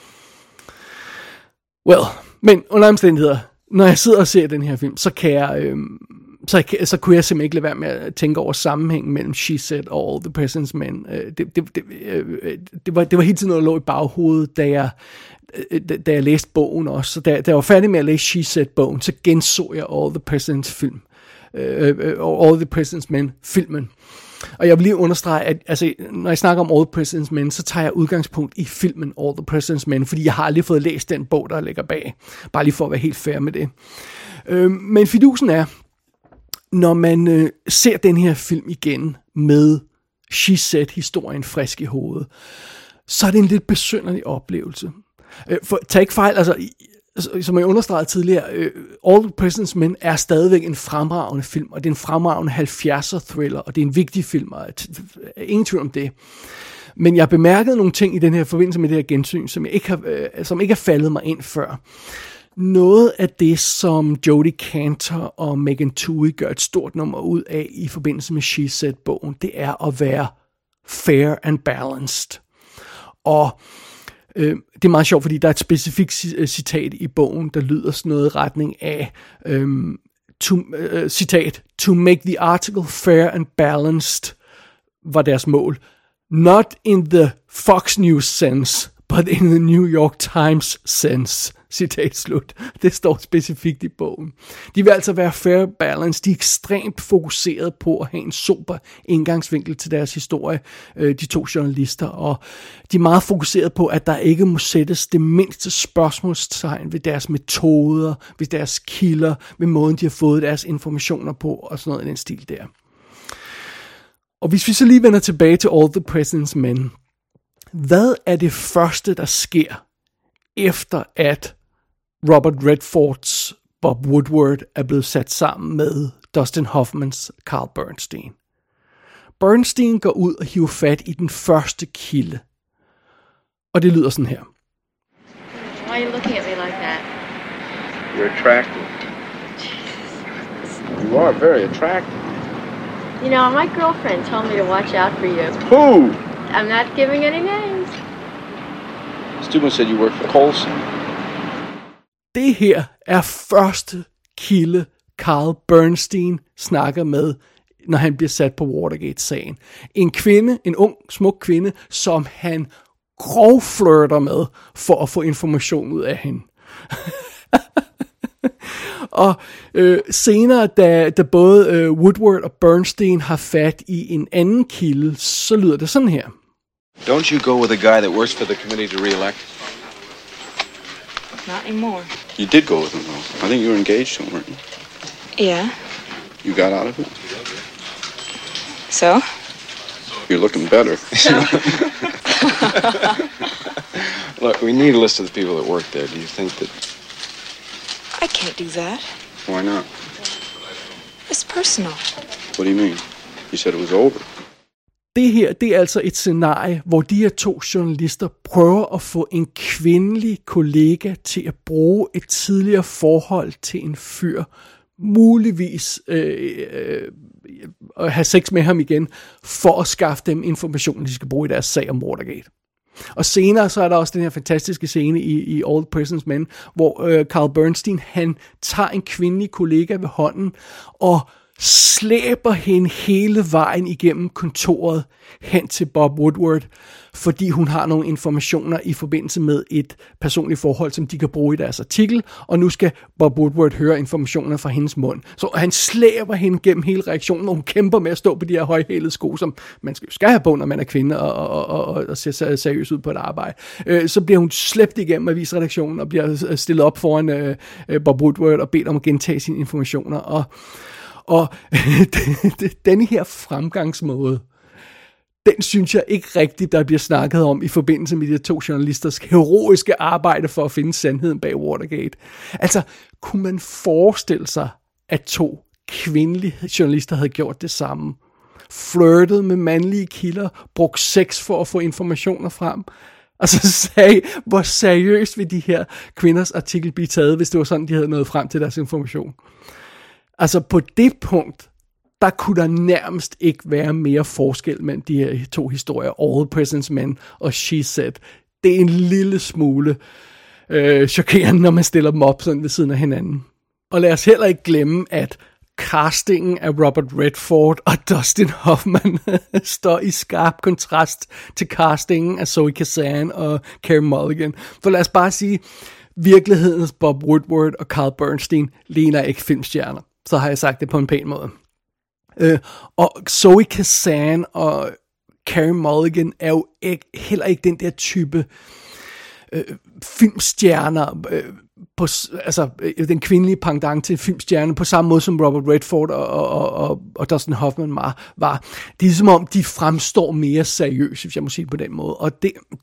Men under omstændigheder, når jeg sidder og ser den her film, så kan jeg, så kunne jeg simpelthen ikke lade være med at tænke over sammenhængen mellem She Said og All the President's Men. Det var hele tiden noget, der lå i baghovedet, da jeg læste bogen også. Så da jeg var færdig med at læse She Said-bogen, så genså jeg All the President's film. All the President's Men filmen. Og jeg vil lige understrege, at altså, når jeg snakker om All the President's Men, så tager jeg udgangspunkt i filmen All the President's Men, fordi jeg har aldrig fået læst den bog, der ligger bag. Bare lige for at være helt fair med det. Men fidusen er, når man ser den her film igen med She Said-historien frisk i hovedet, så er det en lidt besynderlig oplevelse. For tag ikke fejl, altså som jeg understregede tidligere, All the President's Men er stadigvæk en fremragende film, og det er en fremragende 70'er thriller, og det er en vigtig film, og ingen tvivl om det. Men jeg bemærkede nogle ting i den her forbindelse med det her gensyn, som ikke er faldet mig ind før. Noget af det, som Jodie Cantor og Megan Twohey gør et stort nummer ud af i forbindelse med She Said-bogen, det er at være fair and balanced. Og det er meget sjovt, fordi der er et specifikt citat i bogen, der lyder sådan noget i retning af, citat, to make the article fair and balanced var deres mål. Not in the Fox News sense, but in the New York Times sense. Citat slut. Det står specifikt i bogen. De vil altså være fair balance. De er ekstremt fokuseret på at have en sober indgangsvinkel til deres historie, de 2 journalister, og de er meget fokuseret på, at der ikke må sættes det mindste spørgsmålstegn ved deres metoder, ved deres kilder, ved måden, de har fået deres informationer på, og sådan noget i den stil der. Og hvis vi så lige vender tilbage til All the President's Men, hvad er det første, der sker, efter at Robert Redfords Bob Woodward er blevet sat sammen med Dustin Hoffmans Carl Bernstein? Bernstein går ud og hiver fat i den første kilde. Og det lyder sådan her. Why are you looking at me like that? You're attractive. You are very attractive. You know, my girlfriend told me to watch out for you. Who? I'm not giving any names. Steuben said you work for Coles. Det her er første kilde, Carl Bernstein snakker med, når han bliver sat på Watergate-sagen. En kvinde, en ung, smuk kvinde, som han grovflirter med for at få information ud af hende. Og senere, da både Woodward og Bernstein har fat i en anden kilde, så lyder det sådan her. Don't you go with a guy that works for the committee to re-elect? Not anymore. You did go with him, though. I think you were engaged to him, weren't you? Yeah. You got out of it? So? You're looking better. Look, we need a list of the people that work there. Do you think that... I can't do that. Why not? It's personal. What do you mean? You said it was over. Det her, det er altså et scenarie, hvor de her to journalister prøver at få en kvindelig kollega til at bruge et tidligere forhold til en fyr, muligvis at have sex med ham igen, for at skaffe dem information, de skal bruge i deres sag om Watergate. Og senere så er der også den her fantastiske scene i All the President's Men, hvor Carl Bernstein, han tager en kvindelig kollega ved hånden og slæber hende hele vejen igennem kontoret hen til Bob Woodward, fordi hun har nogle informationer i forbindelse med et personligt forhold, som de kan bruge i deres artikel, og nu skal Bob Woodward høre informationer fra hendes mund. Så han slæber hende gennem hele reaktionen, og hun kæmper med at stå på de her højhælede sko, som man skal have på, når man er kvinde og ser seriøst ud på et arbejde. Så bliver hun slæbt igennem avisredaktionen og bliver stillet op foran Bob Woodward og bedt om at gentage sine informationer, og denne her fremgangsmåde, den synes jeg ikke rigtigt, der bliver snakket om i forbindelse med de to journalisters heroiske arbejde for at finde sandheden bag Watergate. Altså, kunne man forestille sig, at to kvindelige journalister havde gjort det samme? Flirtet med mandlige kilder, brugt sex for at få informationer frem? Og så sagde, hvor seriøst vil de her kvinders artikel blive taget, hvis det var sådan, de havde nået frem til deres information? Altså på det punkt, der kunne der nærmest ikke være mere forskel mellem de her to historier, All the President's Men og She Said. Det er en lille smule chokerende, når man stiller dem op sådan ved siden af hinanden. Og lad os heller ikke glemme, at castingen af Robert Redford og Dustin Hoffman står i skarp kontrast til castingen af Zoe Kazan og Carey Mulligan. For lad os bare sige, virkelighedens Bob Woodward og Carl Bernstein ligner ikke filmstjerner. Så har jeg sagt det på en pæn måde. Og Zoe Kazan og Carey Mulligan er jo heller ikke den der type filmstjerner, altså den kvindelige pendant til filmstjerner, på samme måde som Robert Redford og Dustin Hoffman var. Det er som om, de fremstår mere seriøse, hvis jeg må sige det på den måde. Og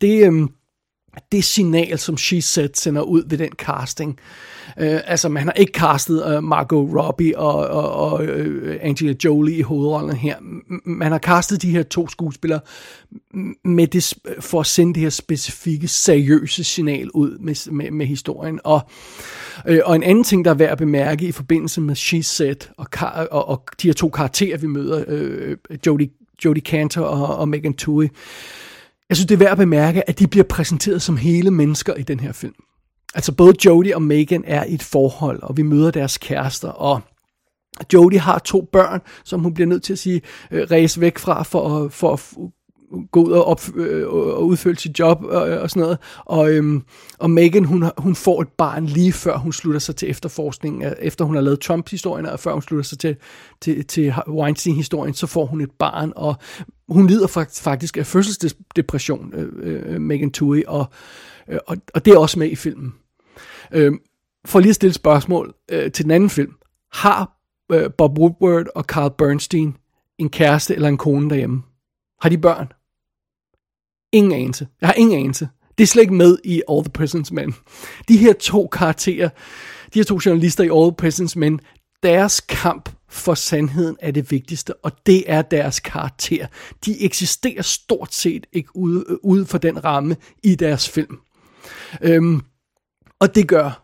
det signal, som She Said sender ud ved den casting. Altså, man har ikke castet Margot Robbie og Angelina Jolie i hovedrollen her. Man har castet de her to skuespillere med det, for at sende det her specifikke, seriøse signal ud med historien. Og en anden ting, der er værd at bemærke i forbindelse med She Said og de her to karakterer, vi møder, Jodie Cantor og Megan Twohey, jeg synes, det er værd at bemærke, at de bliver præsenteret som hele mennesker i den her film. Altså både Jodie og Megan er i et forhold, og vi møder deres kærester, og Jodie har 2 børn, som hun bliver nødt til at sige, ræse væk fra for at gå ud og udfylde sit job og sådan noget. Og Megan, hun får et barn lige før hun slutter sig til efterforskningen, efter hun har lavet Trump-historien, og før hun slutter sig til Weinstein-historien, så får hun et barn, og hun lider faktisk af fødselsdepression, Megan Twohey, og det er også med i filmen. For lige at stille spørgsmål til den anden film. Har Bob Woodward og Carl Bernstein en kæreste eller en kone derhjemme? Har de børn? Ingen anelse. Jeg har ingen anelse. Det er slet ikke med i All the President's Men. De her to karakterer, de her to journalister i All the President's Men, deres kamp for sandheden er det vigtigste, og det er deres karakter. De eksisterer stort set ikke ude for den ramme i deres film. Og det gør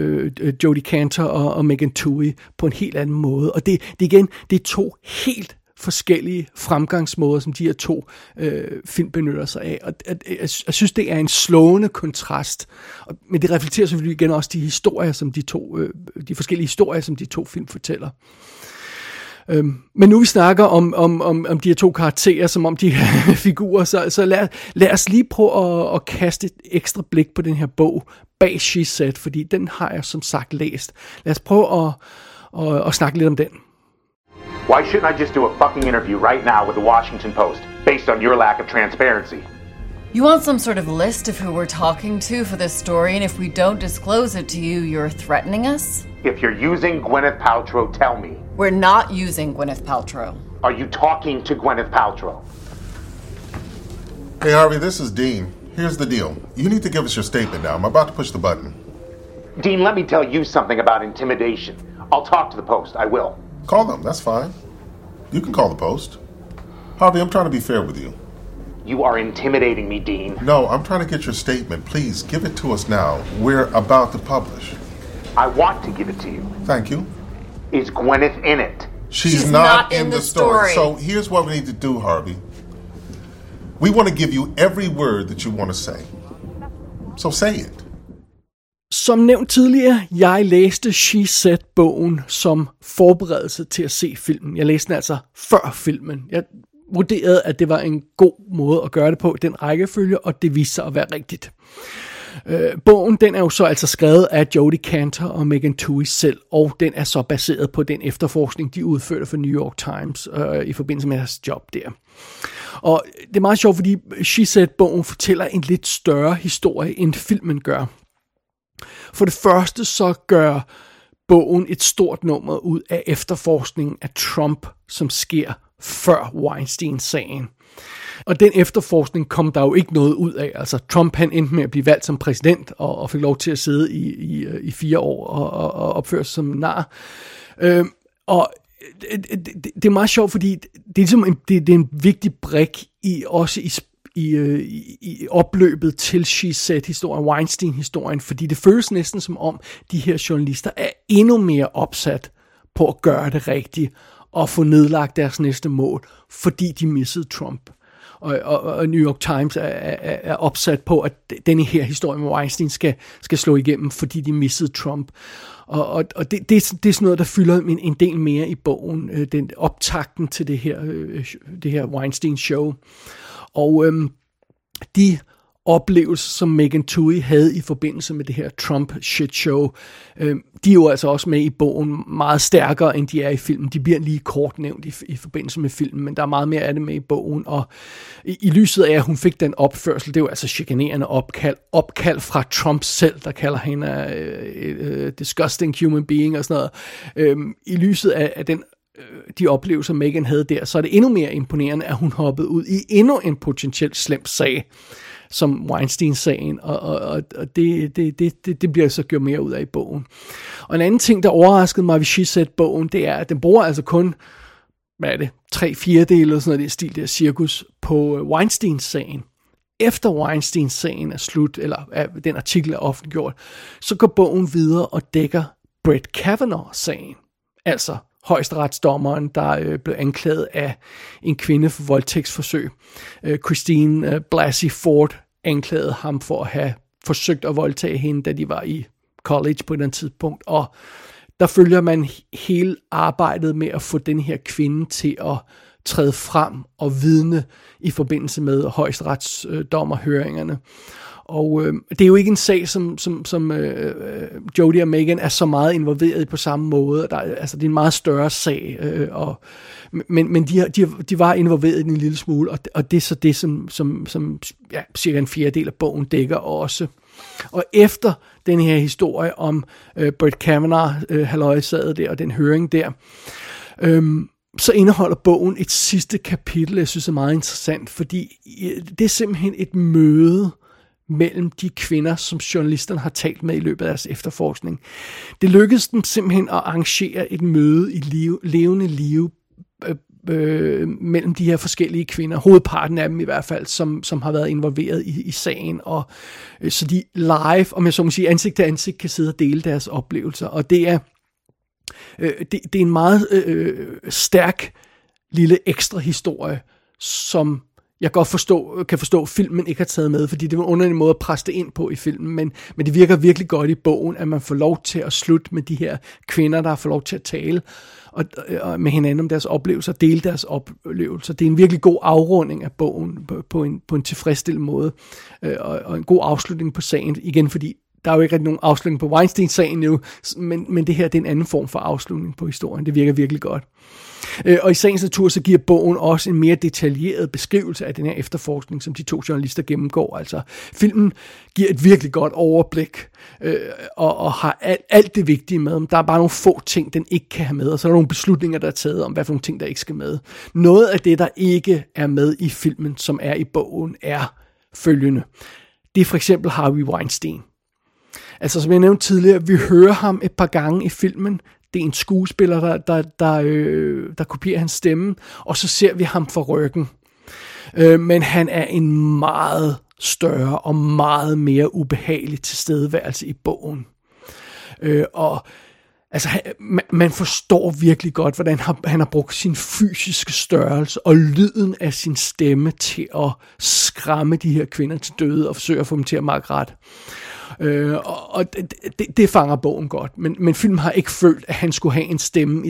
Jodie Cantor og Megan Twohey på en helt anden måde. Og det er 2 helt forskellige fremgangsmåder, som de her to film benytter sig af. Og jeg synes, det er en slående kontrast. Men det reflekterer selvfølgelig igen også de historier, som de forskellige historier, som de to film fortæller. Men nu vi snakker om de her to karakterer, som om de her figurer, så lad os lige prøve at kaste et ekstra blik på den her bog, Bag She Said, fordi den har jeg som sagt læst. Lad os prøve at snakke lidt om den. Why shouldn't I just do a fucking interview right now with the Washington Post, based on your lack of transparency? You want some sort of list of who we're talking to for this story, and if we don't disclose it to you, you're threatening us? If you're using Gwyneth Paltrow, tell me. We're not using Gwyneth Paltrow. Are you talking to Gwyneth Paltrow? Hey, Harvey, this is Dean. Here's the deal. You need to give us your statement now. I'm about to push the button. Dean, let me tell you something about intimidation. I'll talk to the Post. I will. Call them. That's fine. You can call the Post. Harvey, I'm trying to be fair with you. You are intimidating me, Dean. No, I'm trying to get your statement. Please, give it to us now. We're about to publish. I want to give it to you. Thank you. Is Gwyneth in it? She's not in the story. So here's what we need to do, Harvey. We want to give you every word that you want to say. So say it. Som nævnt tidligere, jeg læste She Said-bogen som forberedelse til at se filmen. Jeg læste den altså før filmen. Jeg vurderede, at det var en god måde at gøre det på, den rækkefølge, og det viste sig at være rigtigt. Bogen, den er jo så altså skrevet af Jodi Kantor og Megan Twohey selv, og den er så baseret på den efterforskning, de udførte for New York Times i forbindelse med deres job der. Og det er meget sjovt, fordi She Said-bogen fortæller en lidt større historie, end filmen gør. For det første så gør bogen et stort nummer ud af efterforskningen af Trump, som sker før Weinstein-sagen. Og den efterforskning kom der jo ikke noget ud af. Altså Trump han endte med at blive valgt som præsident og fik lov til at sidde i 4 år og opføre sig som nar. Og det er meget sjovt, fordi det er ligesom det er en vigtig brik også i opløbet til She Said-historien, Weinstein-historien, fordi det føles næsten som om, de her journalister er endnu mere opsat på at gøre det rigtigt og få nedlagt deres næste mål, fordi de missede Trump. Og New York Times er opsat på, at denne her historie med Weinstein skal slå igennem, fordi de missede Trump. Og det er sådan noget, der fylder en del mere i bogen, den optakten til det her Weinstein-show. Og de oplevelser, som Megan Twohey havde i forbindelse med det her Trump shit show, de er jo altså også med i bogen meget stærkere, end de er i filmen. De bliver lige kort nævnt i forbindelse med filmen, men der er meget mere af det med i bogen. Og i lyset af, at hun fik den opførsel, det er jo altså chikanerende opkald fra Trump selv, der kalder hende disgusting human being og sådan noget. I lyset af de oplevelser, Megan havde der, så er det endnu mere imponerende, at hun hoppede ud i endnu en potentielt slem sag, som Weinstein-sagen, og det bliver så gjort mere ud af i bogen. Og en anden ting, der overraskede mig ved She Said-bogen, det er, at den bruger altså kun, 3/4 eller sådan noget, det stil der cirkus, på Weinstein-sagen. Efter Weinstein-sagen er slut, eller den artikel er offentliggjort, så går bogen videre og dækker Brett Kavanaugh-sagen. Altså højesteretsdommeren, der blev anklaget af en kvinde for voldtægtsforsøg. Christine Blasey Ford anklagede ham for at have forsøgt at voldtage hende, da de var i college på et andet tidspunkt. Og der følger man hele arbejdet med at få den her kvinde til at træde frem og vidne i forbindelse med højesteretsdommerhøringerne. Og det er jo ikke en sag, som Jodi og Megan er så meget involveret i på samme måde. Det er en meget større sag, men de var involveret i den en lille smule, og det er så det, som cirka en 1/4 af bogen dækker også. Og efter den her historie om Brett Kavanaugh, halløjsaget der, og den høring der, så indeholder bogen et sidste kapitel, jeg synes er meget interessant, fordi det er simpelthen et møde mellem de kvinder, som journalisterne har talt med i løbet af deres efterforskning. Det lykkedes dem simpelthen at arrangere et møde i levende liv mellem de her forskellige kvinder, hovedparten af dem i hvert fald, som har været involveret i sagen, og så de live, om jeg så må sige, ansigt til ansigt kan sidde og dele deres oplevelser, og det er en meget stærk lille ekstra historie, som jeg godt kan forstå, at filmen ikke har taget med, fordi det var en underlig måde at presse det ind på i filmen, men det virker virkelig godt i bogen, at man får lov til at slutte med de her kvinder, der får lov til at tale og med hinanden om deres oplevelser, dele deres oplevelser. Det er en virkelig god afrunding af bogen på en tilfredsstillende måde, og en god afslutning på sagen, igen fordi der er jo ikke rigtig nogen afslutning på Weinstein-sagen nu, men det her det er en anden form for afslutning på historien. Det virker virkelig godt. Og i sagens natur, så giver bogen også en mere detaljeret beskrivelse af den her efterforskning, som de to journalister gennemgår. Altså, filmen giver et virkelig godt overblik, og har alt det vigtige med. Der er bare nogle få ting, den ikke kan have med, og så er der nogle beslutninger, der er taget om, hvad for nogle ting, der ikke skal med. Noget af det, der ikke er med i filmen, som er i bogen, er følgende. Det er for eksempel Harvey Weinstein. Altså, som jeg nævnte tidligere, vi hører ham et par gange i filmen. Det er en skuespiller, der kopierer hans stemme, og så ser vi ham fra ryggen. Men han er en meget større og meget mere ubehagelig tilstedeværelse i bogen. Og altså, man forstår virkelig godt, hvordan han har brugt sin fysiske størrelse og lyden af sin stemme til at skræmme de her kvinder til døde og forsøge at få dem til at makke ret. Og det fanger bogen godt, men filmen har ikke følt, at han skulle have en stemme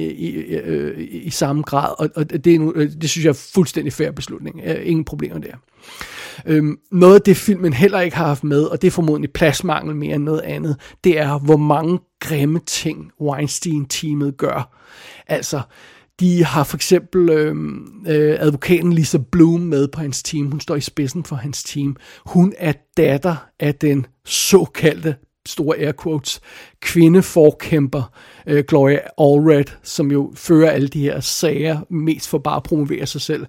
i samme grad, og det synes jeg er fuldstændig fair beslutning. Ingen problemer der. Noget af det filmen heller ikke har haft med, og det er formodentlig pladsmangel mere end noget andet, det er, hvor mange grimme ting Weinstein-teamet gør. Altså, de har for eksempel advokaten Lisa Bloom med på hans team. Hun står i spidsen for hans team. Hun er datter af den såkaldte, store air quotes, kvindeforkæmper Gloria Allred, som jo fører alle de her sager mest for bare at promovere sig selv.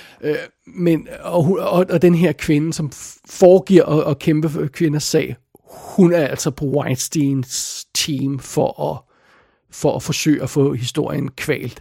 Og den her kvinde, som foregiver at kæmpe for kvinders sag, hun er altså på Weinsteins team for at forsøge at få historien kvalt.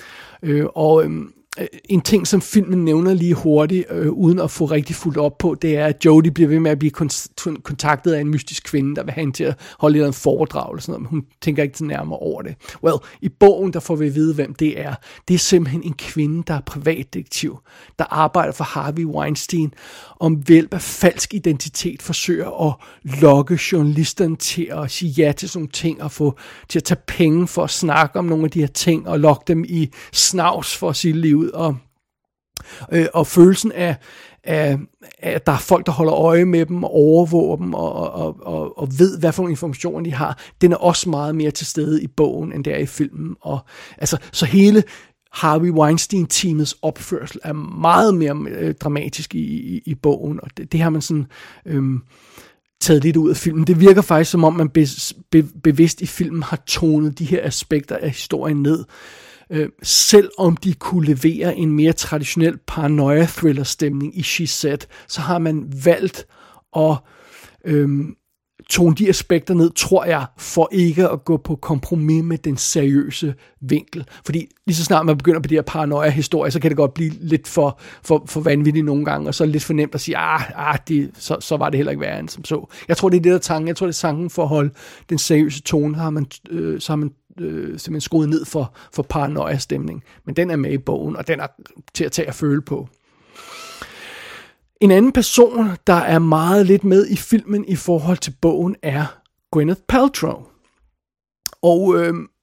En ting, som filmen nævner lige hurtigt, uden at få rigtig fuldt op på, det er, at Jodie bliver ved med at blive kontaktet af en mystisk kvinde, der vil have hende til at holde en foredrag eller sådan noget, men hun tænker ikke så nærmere over det. Well, i bogen, der får vi at vide, hvem det er. Det er simpelthen en kvinde, der er privatdetektiv, der arbejder for Harvey Weinstein, og ved hjælp af falsk identitet forsøger at lokke journalisterne til at sige ja til sådan nogle ting, og få til at tage penge for at snakke om nogle af de her ting, og lokke dem i snavs for at sige livet. Og følelsen af, at der er folk, der holder øje med dem, og overvåger dem, og ved, hvad for nogle informationer de har, den er også meget mere til stede i bogen, end der er i filmen. Og, altså, så hele Harvey Weinstein-teamets opførsel er meget mere dramatisk i bogen, og det har man sådan taget lidt ud af filmen. Det virker faktisk, som om man bevidst i filmen har tonet de her aspekter af historien ned. Selvom de kunne levere en mere traditionel paranoia-thriller-stemning i She Said, så har man valgt at tone de aspekter ned, tror jeg, for ikke at gå på kompromis med den seriøse vinkel. Fordi lige så snart man begynder på de her paranoia-historier, så kan det godt blive lidt for vanvittigt nogle gange, og så er det lidt for nemt at sige, så var det heller ikke værre end som så. Jeg tror, det er det, der er tanken. Jeg tror, det er tanken for at holde den seriøse tone, så har man simpelthen skruet ned for paranoia-stemning. Men den er med i bogen, og den er til at tage at føle på. En anden person, der er meget lidt med i filmen i forhold til bogen, er Gwyneth Paltrow. Og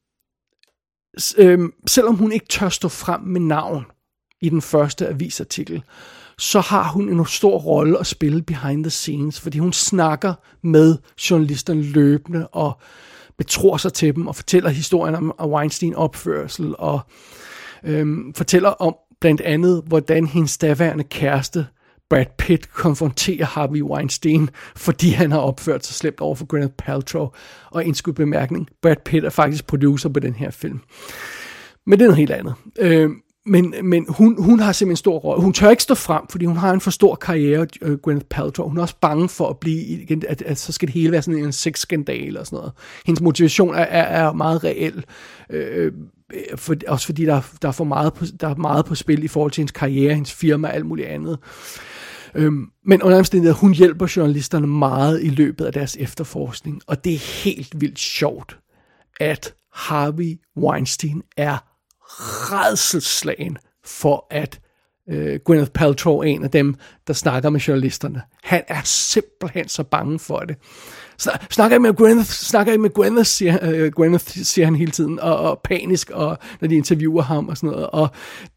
selvom hun ikke tør stå frem med navn i den første avisartikel, så har hun en stor rolle at spille behind the scenes, fordi hun snakker med journalisterne løbende og betror sig til dem og fortæller historien om Weinstein-opførsel og fortæller om blandt andet, hvordan hendes daværende kæreste Brad Pitt konfronterer Harvey Weinstein, fordi han har opført sig slemt over for Gwyneth Paltrow. Og indskudt bemærkning, Brad Pitt er faktisk producer på den her film. Men det er noget helt andet. Men hun har simpelthen en stor rolle. Hun tør ikke stå frem, fordi hun har en for stor karriere, Gwyneth Paltrow. Hun er også bange for at blive, at så skal det hele være sådan en sexskandale og sådan noget. Hendes motivation er meget reel. Også fordi der er meget på spil i forhold til hendes karriere, hendes firma og alt muligt andet. Men under omstændigheder, hun hjælper journalisterne meget i løbet af deres efterforskning, og det er helt vildt sjovt, at Harvey Weinstein er rædselsslagen for, at Gwyneth Paltrow er en af dem, der snakker med journalisterne. Han er simpelthen så bange for det. Snakker I med Gwyneth, siger han hele tiden, og panisk, og når de interviewer ham og sådan noget, og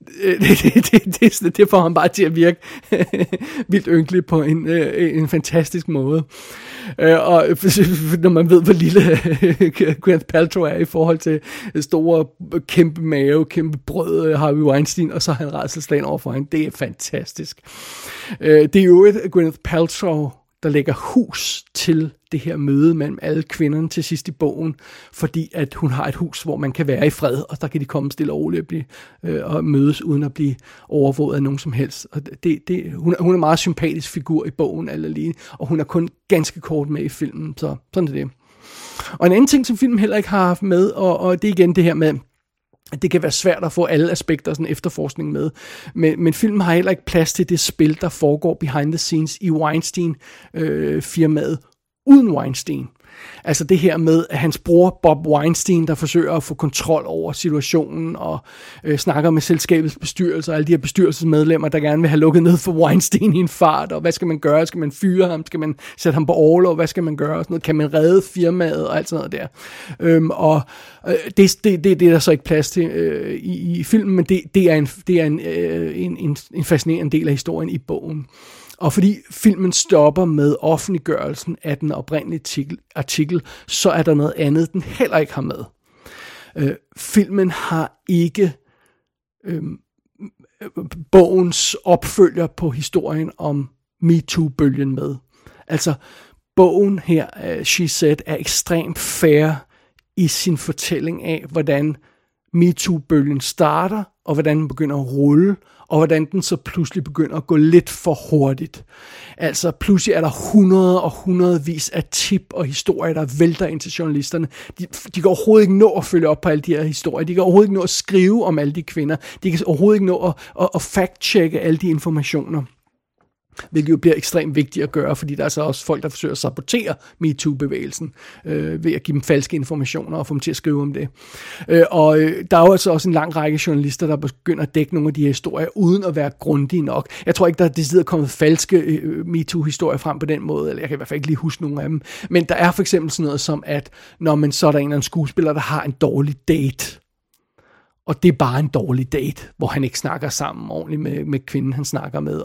det får ham bare til at virke vildt ynkeligt på en fantastisk måde. Og når man ved, hvor lille Gwyneth Paltrow er i forhold til store, kæmpe mave, kæmpe brød Harvey Weinstein, og så har han rædselsslagen over for hende. Det er fantastisk. Det er jo Gwyneth Paltrow, der lægger hus til det her møde mellem alle kvinderne til sidst i bogen, fordi at hun har et hus, hvor man kan være i fred, og der kan de komme stille og roligt og mødes uden at blive overvåget af nogen som helst. Og hun er en meget sympatisk figur i bogen, alene, og hun er kun ganske kort med i filmen, så sådan er det. Og en anden ting, som filmen heller ikke har haft med, og det er igen det her med, at det kan være svært at få alle aspekter af sådan efterforskning med. Men filmen har heller ikke plads til det spil, der foregår behind the scenes i Weinstein-firmaet uden Weinstein. Altså det her med hans bror Bob Weinstein, der forsøger at få kontrol over situationen og snakker med selskabets bestyrelse og alle de her bestyrelsesmedlemmer, der gerne vil have lukket ned for Weinstein i en fart, og hvad skal man gøre? Skal man fyre ham? Skal man sætte ham på orlov? Hvad skal man gøre? Og sådan noget. Kan man redde firmaet og alt sådan noget der? Det er der så ikke plads til i filmen, men det er en fascinerende del af historien i bogen. Og fordi filmen stopper med offentliggørelsen af den oprindelige artikel, så er der noget andet, den heller ikke har med. Filmen har ikke bogens opfølger på historien om MeToo-bølgen med. Altså, bogen her, She Said, er ekstremt fair i sin fortælling af, hvordan MeToo-bølgen starter, og hvordan den begynder at rulle, og hvordan den så pludselig begynder at gå lidt for hurtigt. Altså pludselig er der hundredvis af tip og historier, der vælter ind til journalisterne. De kan overhovedet ikke nå at følge op på alle de her historier. De kan overhovedet ikke nå at skrive om alle de kvinder. De kan overhovedet ikke nå at fact-checke alle de informationer. Hvilket jo bliver ekstremt vigtigt at gøre, fordi der er så også folk, der forsøger at sabotere MeToo-bevægelsen ved at give dem falske informationer og få dem til at skrive om det. Og der er jo altså også en lang række journalister, der begynder at dække nogle af de her historier, uden at være grundige nok. Jeg tror ikke, der er decideret kommet falske MeToo-historier frem på den måde, eller jeg kan i hvert fald ikke lige huske nogle af dem. Men der er for eksempel sådan noget som, at når man så er der en eller anden skuespiller, der har en dårlig date, og det er bare en dårlig date, hvor han ikke snakker sammen ordentligt med kvinden, han snakker med,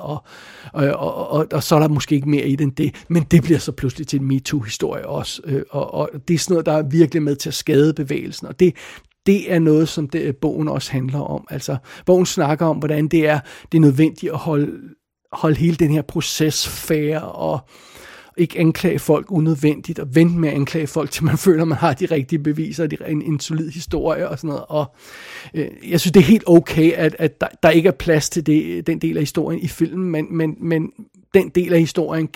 og så er der måske ikke mere i det end det, men det bliver så pludselig til en MeToo-historie også, og det er sådan noget, der er virkelig med til at skade bevægelsen, og det er noget, som bogen også handler om. Altså, bogen snakker om, hvordan det er nødvendigt at holde hele den her proces fair, og ikke anklage folk unødvendigt, og vente med at anklage folk, til man føler, man har de rigtige beviser, en solid historie og sådan noget. Og jeg synes, det er helt okay, at der ikke er plads til den del af historien i filmen, men den del af historien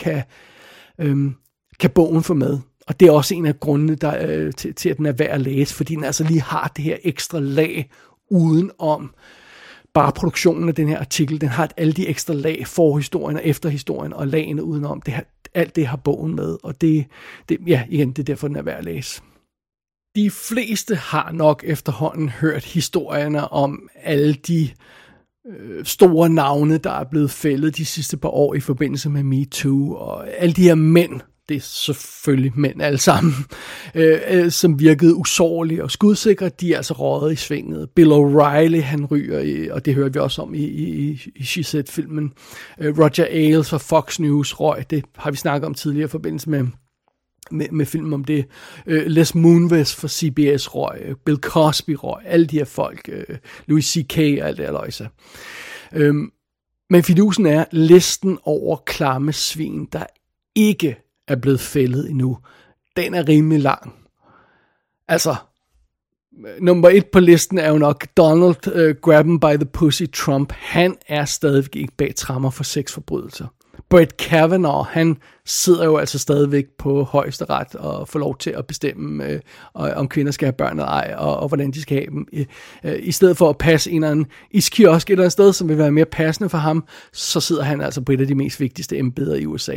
kan bogen få med. Og det er også en af grundene til, at den er værd at læse, fordi den altså lige har det her ekstra lag udenom bare produktionen af den her artikel. Den har alle de ekstra lag, forhistorien og efterhistorien og lagene udenom. Alt det har bogen med, og det er derfor, den er værd at læse. De fleste har nok efterhånden hørt historierne om alle de store navne, der er blevet fældet de sidste par år i forbindelse med MeToo, og alle de her mænd, det er selvfølgelig mænd alle sammen, som virkede usårlige og skudsikre, de er altså røget i svinget. Bill O'Reilly, han ryger, og det hørte vi også om i She Said-filmen. Roger Ailes fra Fox News røg, det har vi snakket om tidligere i forbindelse med filmen om det. Les Moonves fra CBS røg, Bill Cosby røg, alle de her folk, Louis C.K. og alt det her løjse. Men fidusen er, listen over klamme svin, der ikke er blevet fældet endnu, den er rimelig lang. Altså, nummer 1 på listen er jo nok Donald Grab 'em by the Pussy Trump. Han er stadigvæk ikke bag tremmer for sexforbrydelser. Brett Kavanaugh, han sidder jo altså stadigvæk på højesteret og får lov til at bestemme, om kvinder skal have børn eller ej, og hvordan de skal have dem. I stedet for at passe en eller anden iskiosk et eller andet sted, som vil være mere passende for ham, så sidder han altså på et af de mest vigtigste embeder i USA.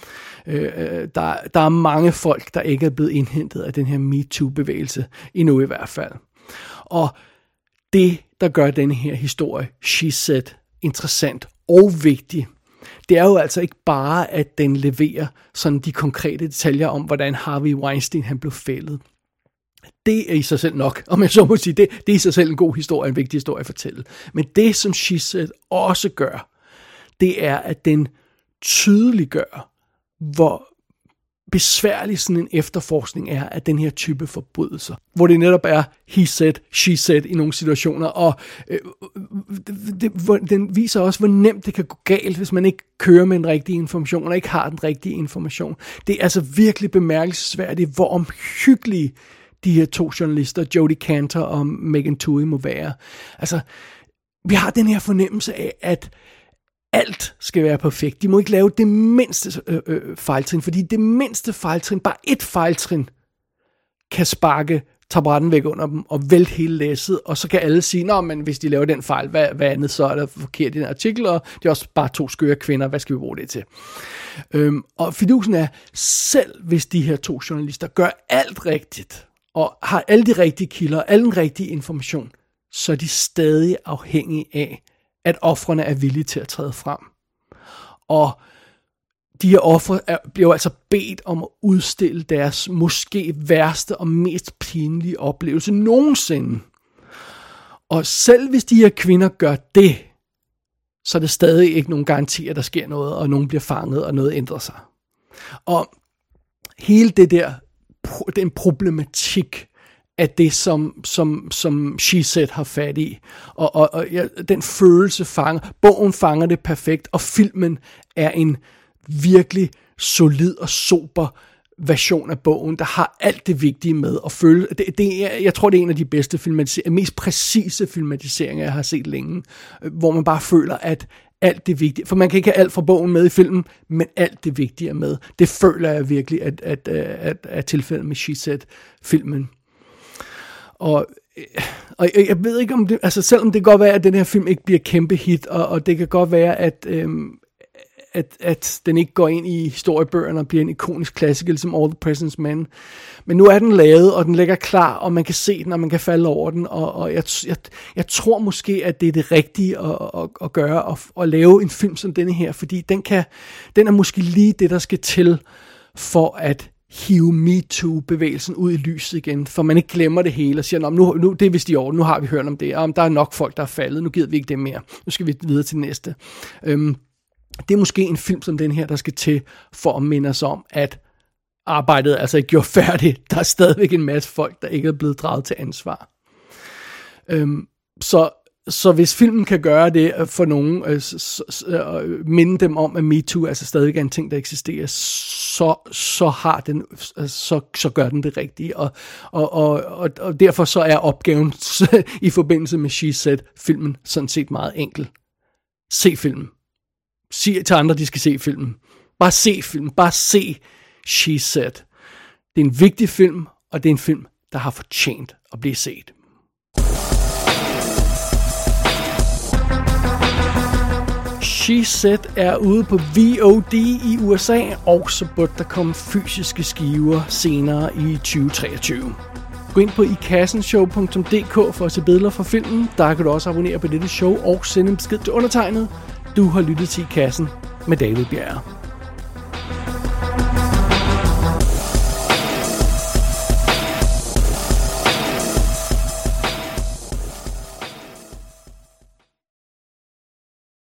Der er mange folk, der ikke er blevet indhentet af den her MeToo-bevægelse, endnu i hvert fald. Og det, der gør denne her historie, She Said, interessant og vigtig, det er jo altså ikke bare, at den leverer sådan de konkrete detaljer om, hvordan Harvey Weinstein han blev fældet. Det er i sig selv nok, om jeg så må sige, det er i sig selv en god historie, en vigtig historie at fortælle. Men det, som She Said også gør, det er, at den tydeliggør, hvor besværlig sådan en efterforskning er af den her type forbrydelser. Hvor det netop er he said, she said i nogle situationer, og den viser også, hvor nemt det kan gå galt, hvis man ikke kører med den rigtige information, og ikke har den rigtige information. Det er altså virkelig bemærkelsesværdigt, hvor omhyggelige de her to journalister, Jodi Kantor og Megan Twohey, må være. Altså, vi har den her fornemmelse af, at alt skal være perfekt. De må ikke lave det mindste fejltrin, fordi det mindste fejltrin, bare et fejltrin, kan sparke taburetten væk under dem og vælte hele læsset, og så kan alle sige, nå, men hvis de laver den fejl, hvad andet, så er der forkert i den artikel, og det er også bare 2 skøre kvinder, hvad skal vi bruge det til? Og fidusen er, selv hvis de her 2 journalister gør alt rigtigt, og har alle de rigtige kilder, al den rigtige information, så er de stadig afhængige af, at ofrene er villige til at træde frem. Og de her ofre bliver altså bedt om at udstille deres måske værste og mest pinlige oplevelse nogensinde. Og selv hvis de her kvinder gør det, så er det stadig ikke nogen garanti, at der sker noget, og nogen bliver fanget, og noget ændrer sig. Og hele det der, den problematik af det, som She Said har fat i. Og den følelse bogen fanger det perfekt, og filmen er en virkelig solid og sober version af bogen, der har alt det vigtige med at føle. Jeg tror, det er en af de bedste mest præcise filmatiseringer, jeg har set længe, hvor man bare føler, at alt det vigtige, for man kan ikke have alt fra bogen med i filmen, men alt det vigtige er med. Det føler jeg virkelig, at tilfældet med She Said-filmen. Og jeg ved ikke om det, altså selvom det kan godt være, at den her film ikke bliver kæmpe hit, og det kan godt være, at den ikke går ind i historiebøgerne og bliver en ikonisk klassiker, som All the President's Men. Men nu er den lavet, og den ligger klar, og man kan se den, og man kan falde over den, og jeg tror måske, at det er det rigtige at gøre, at lave en film som denne her, fordi den er måske lige det, der skal til, for at hive MeToo-bevægelsen ud i lyset igen, for man ikke glemmer det hele og siger, nu det er vist i orden, nu har vi hørt om det, og der er nok folk, der er faldet, nu gider vi ikke det mere, nu skal vi videre til næste. Det er måske en film som den her, der skal til for at minde os om, at arbejdet altså ikke gjort færdigt. Der er stadigvæk en masse folk, der ikke er blevet draget til ansvar. Så hvis filmen kan gøre det for nogen, minde dem om, at MeToo altså stadig er en ting, der eksisterer, så gør den det rigtige. Og derfor så er opgaven i forbindelse med She Said-filmen sådan set meget enkel. Se filmen. Sig til andre, de skal se filmen. Bare se filmen. Bare se She Said. Det er en vigtig film, og det er en film, der har fortjent at blive set. She Said er ude på VOD i USA, og så burde der komme fysiske skiver senere i 2023. Gå ind på ikassenshow.dk for at se billeder fra filmen. Der kan du også abonnere på dette show og sende en besked til undertegnet. Du har lyttet til I Kassen med David Bjerre.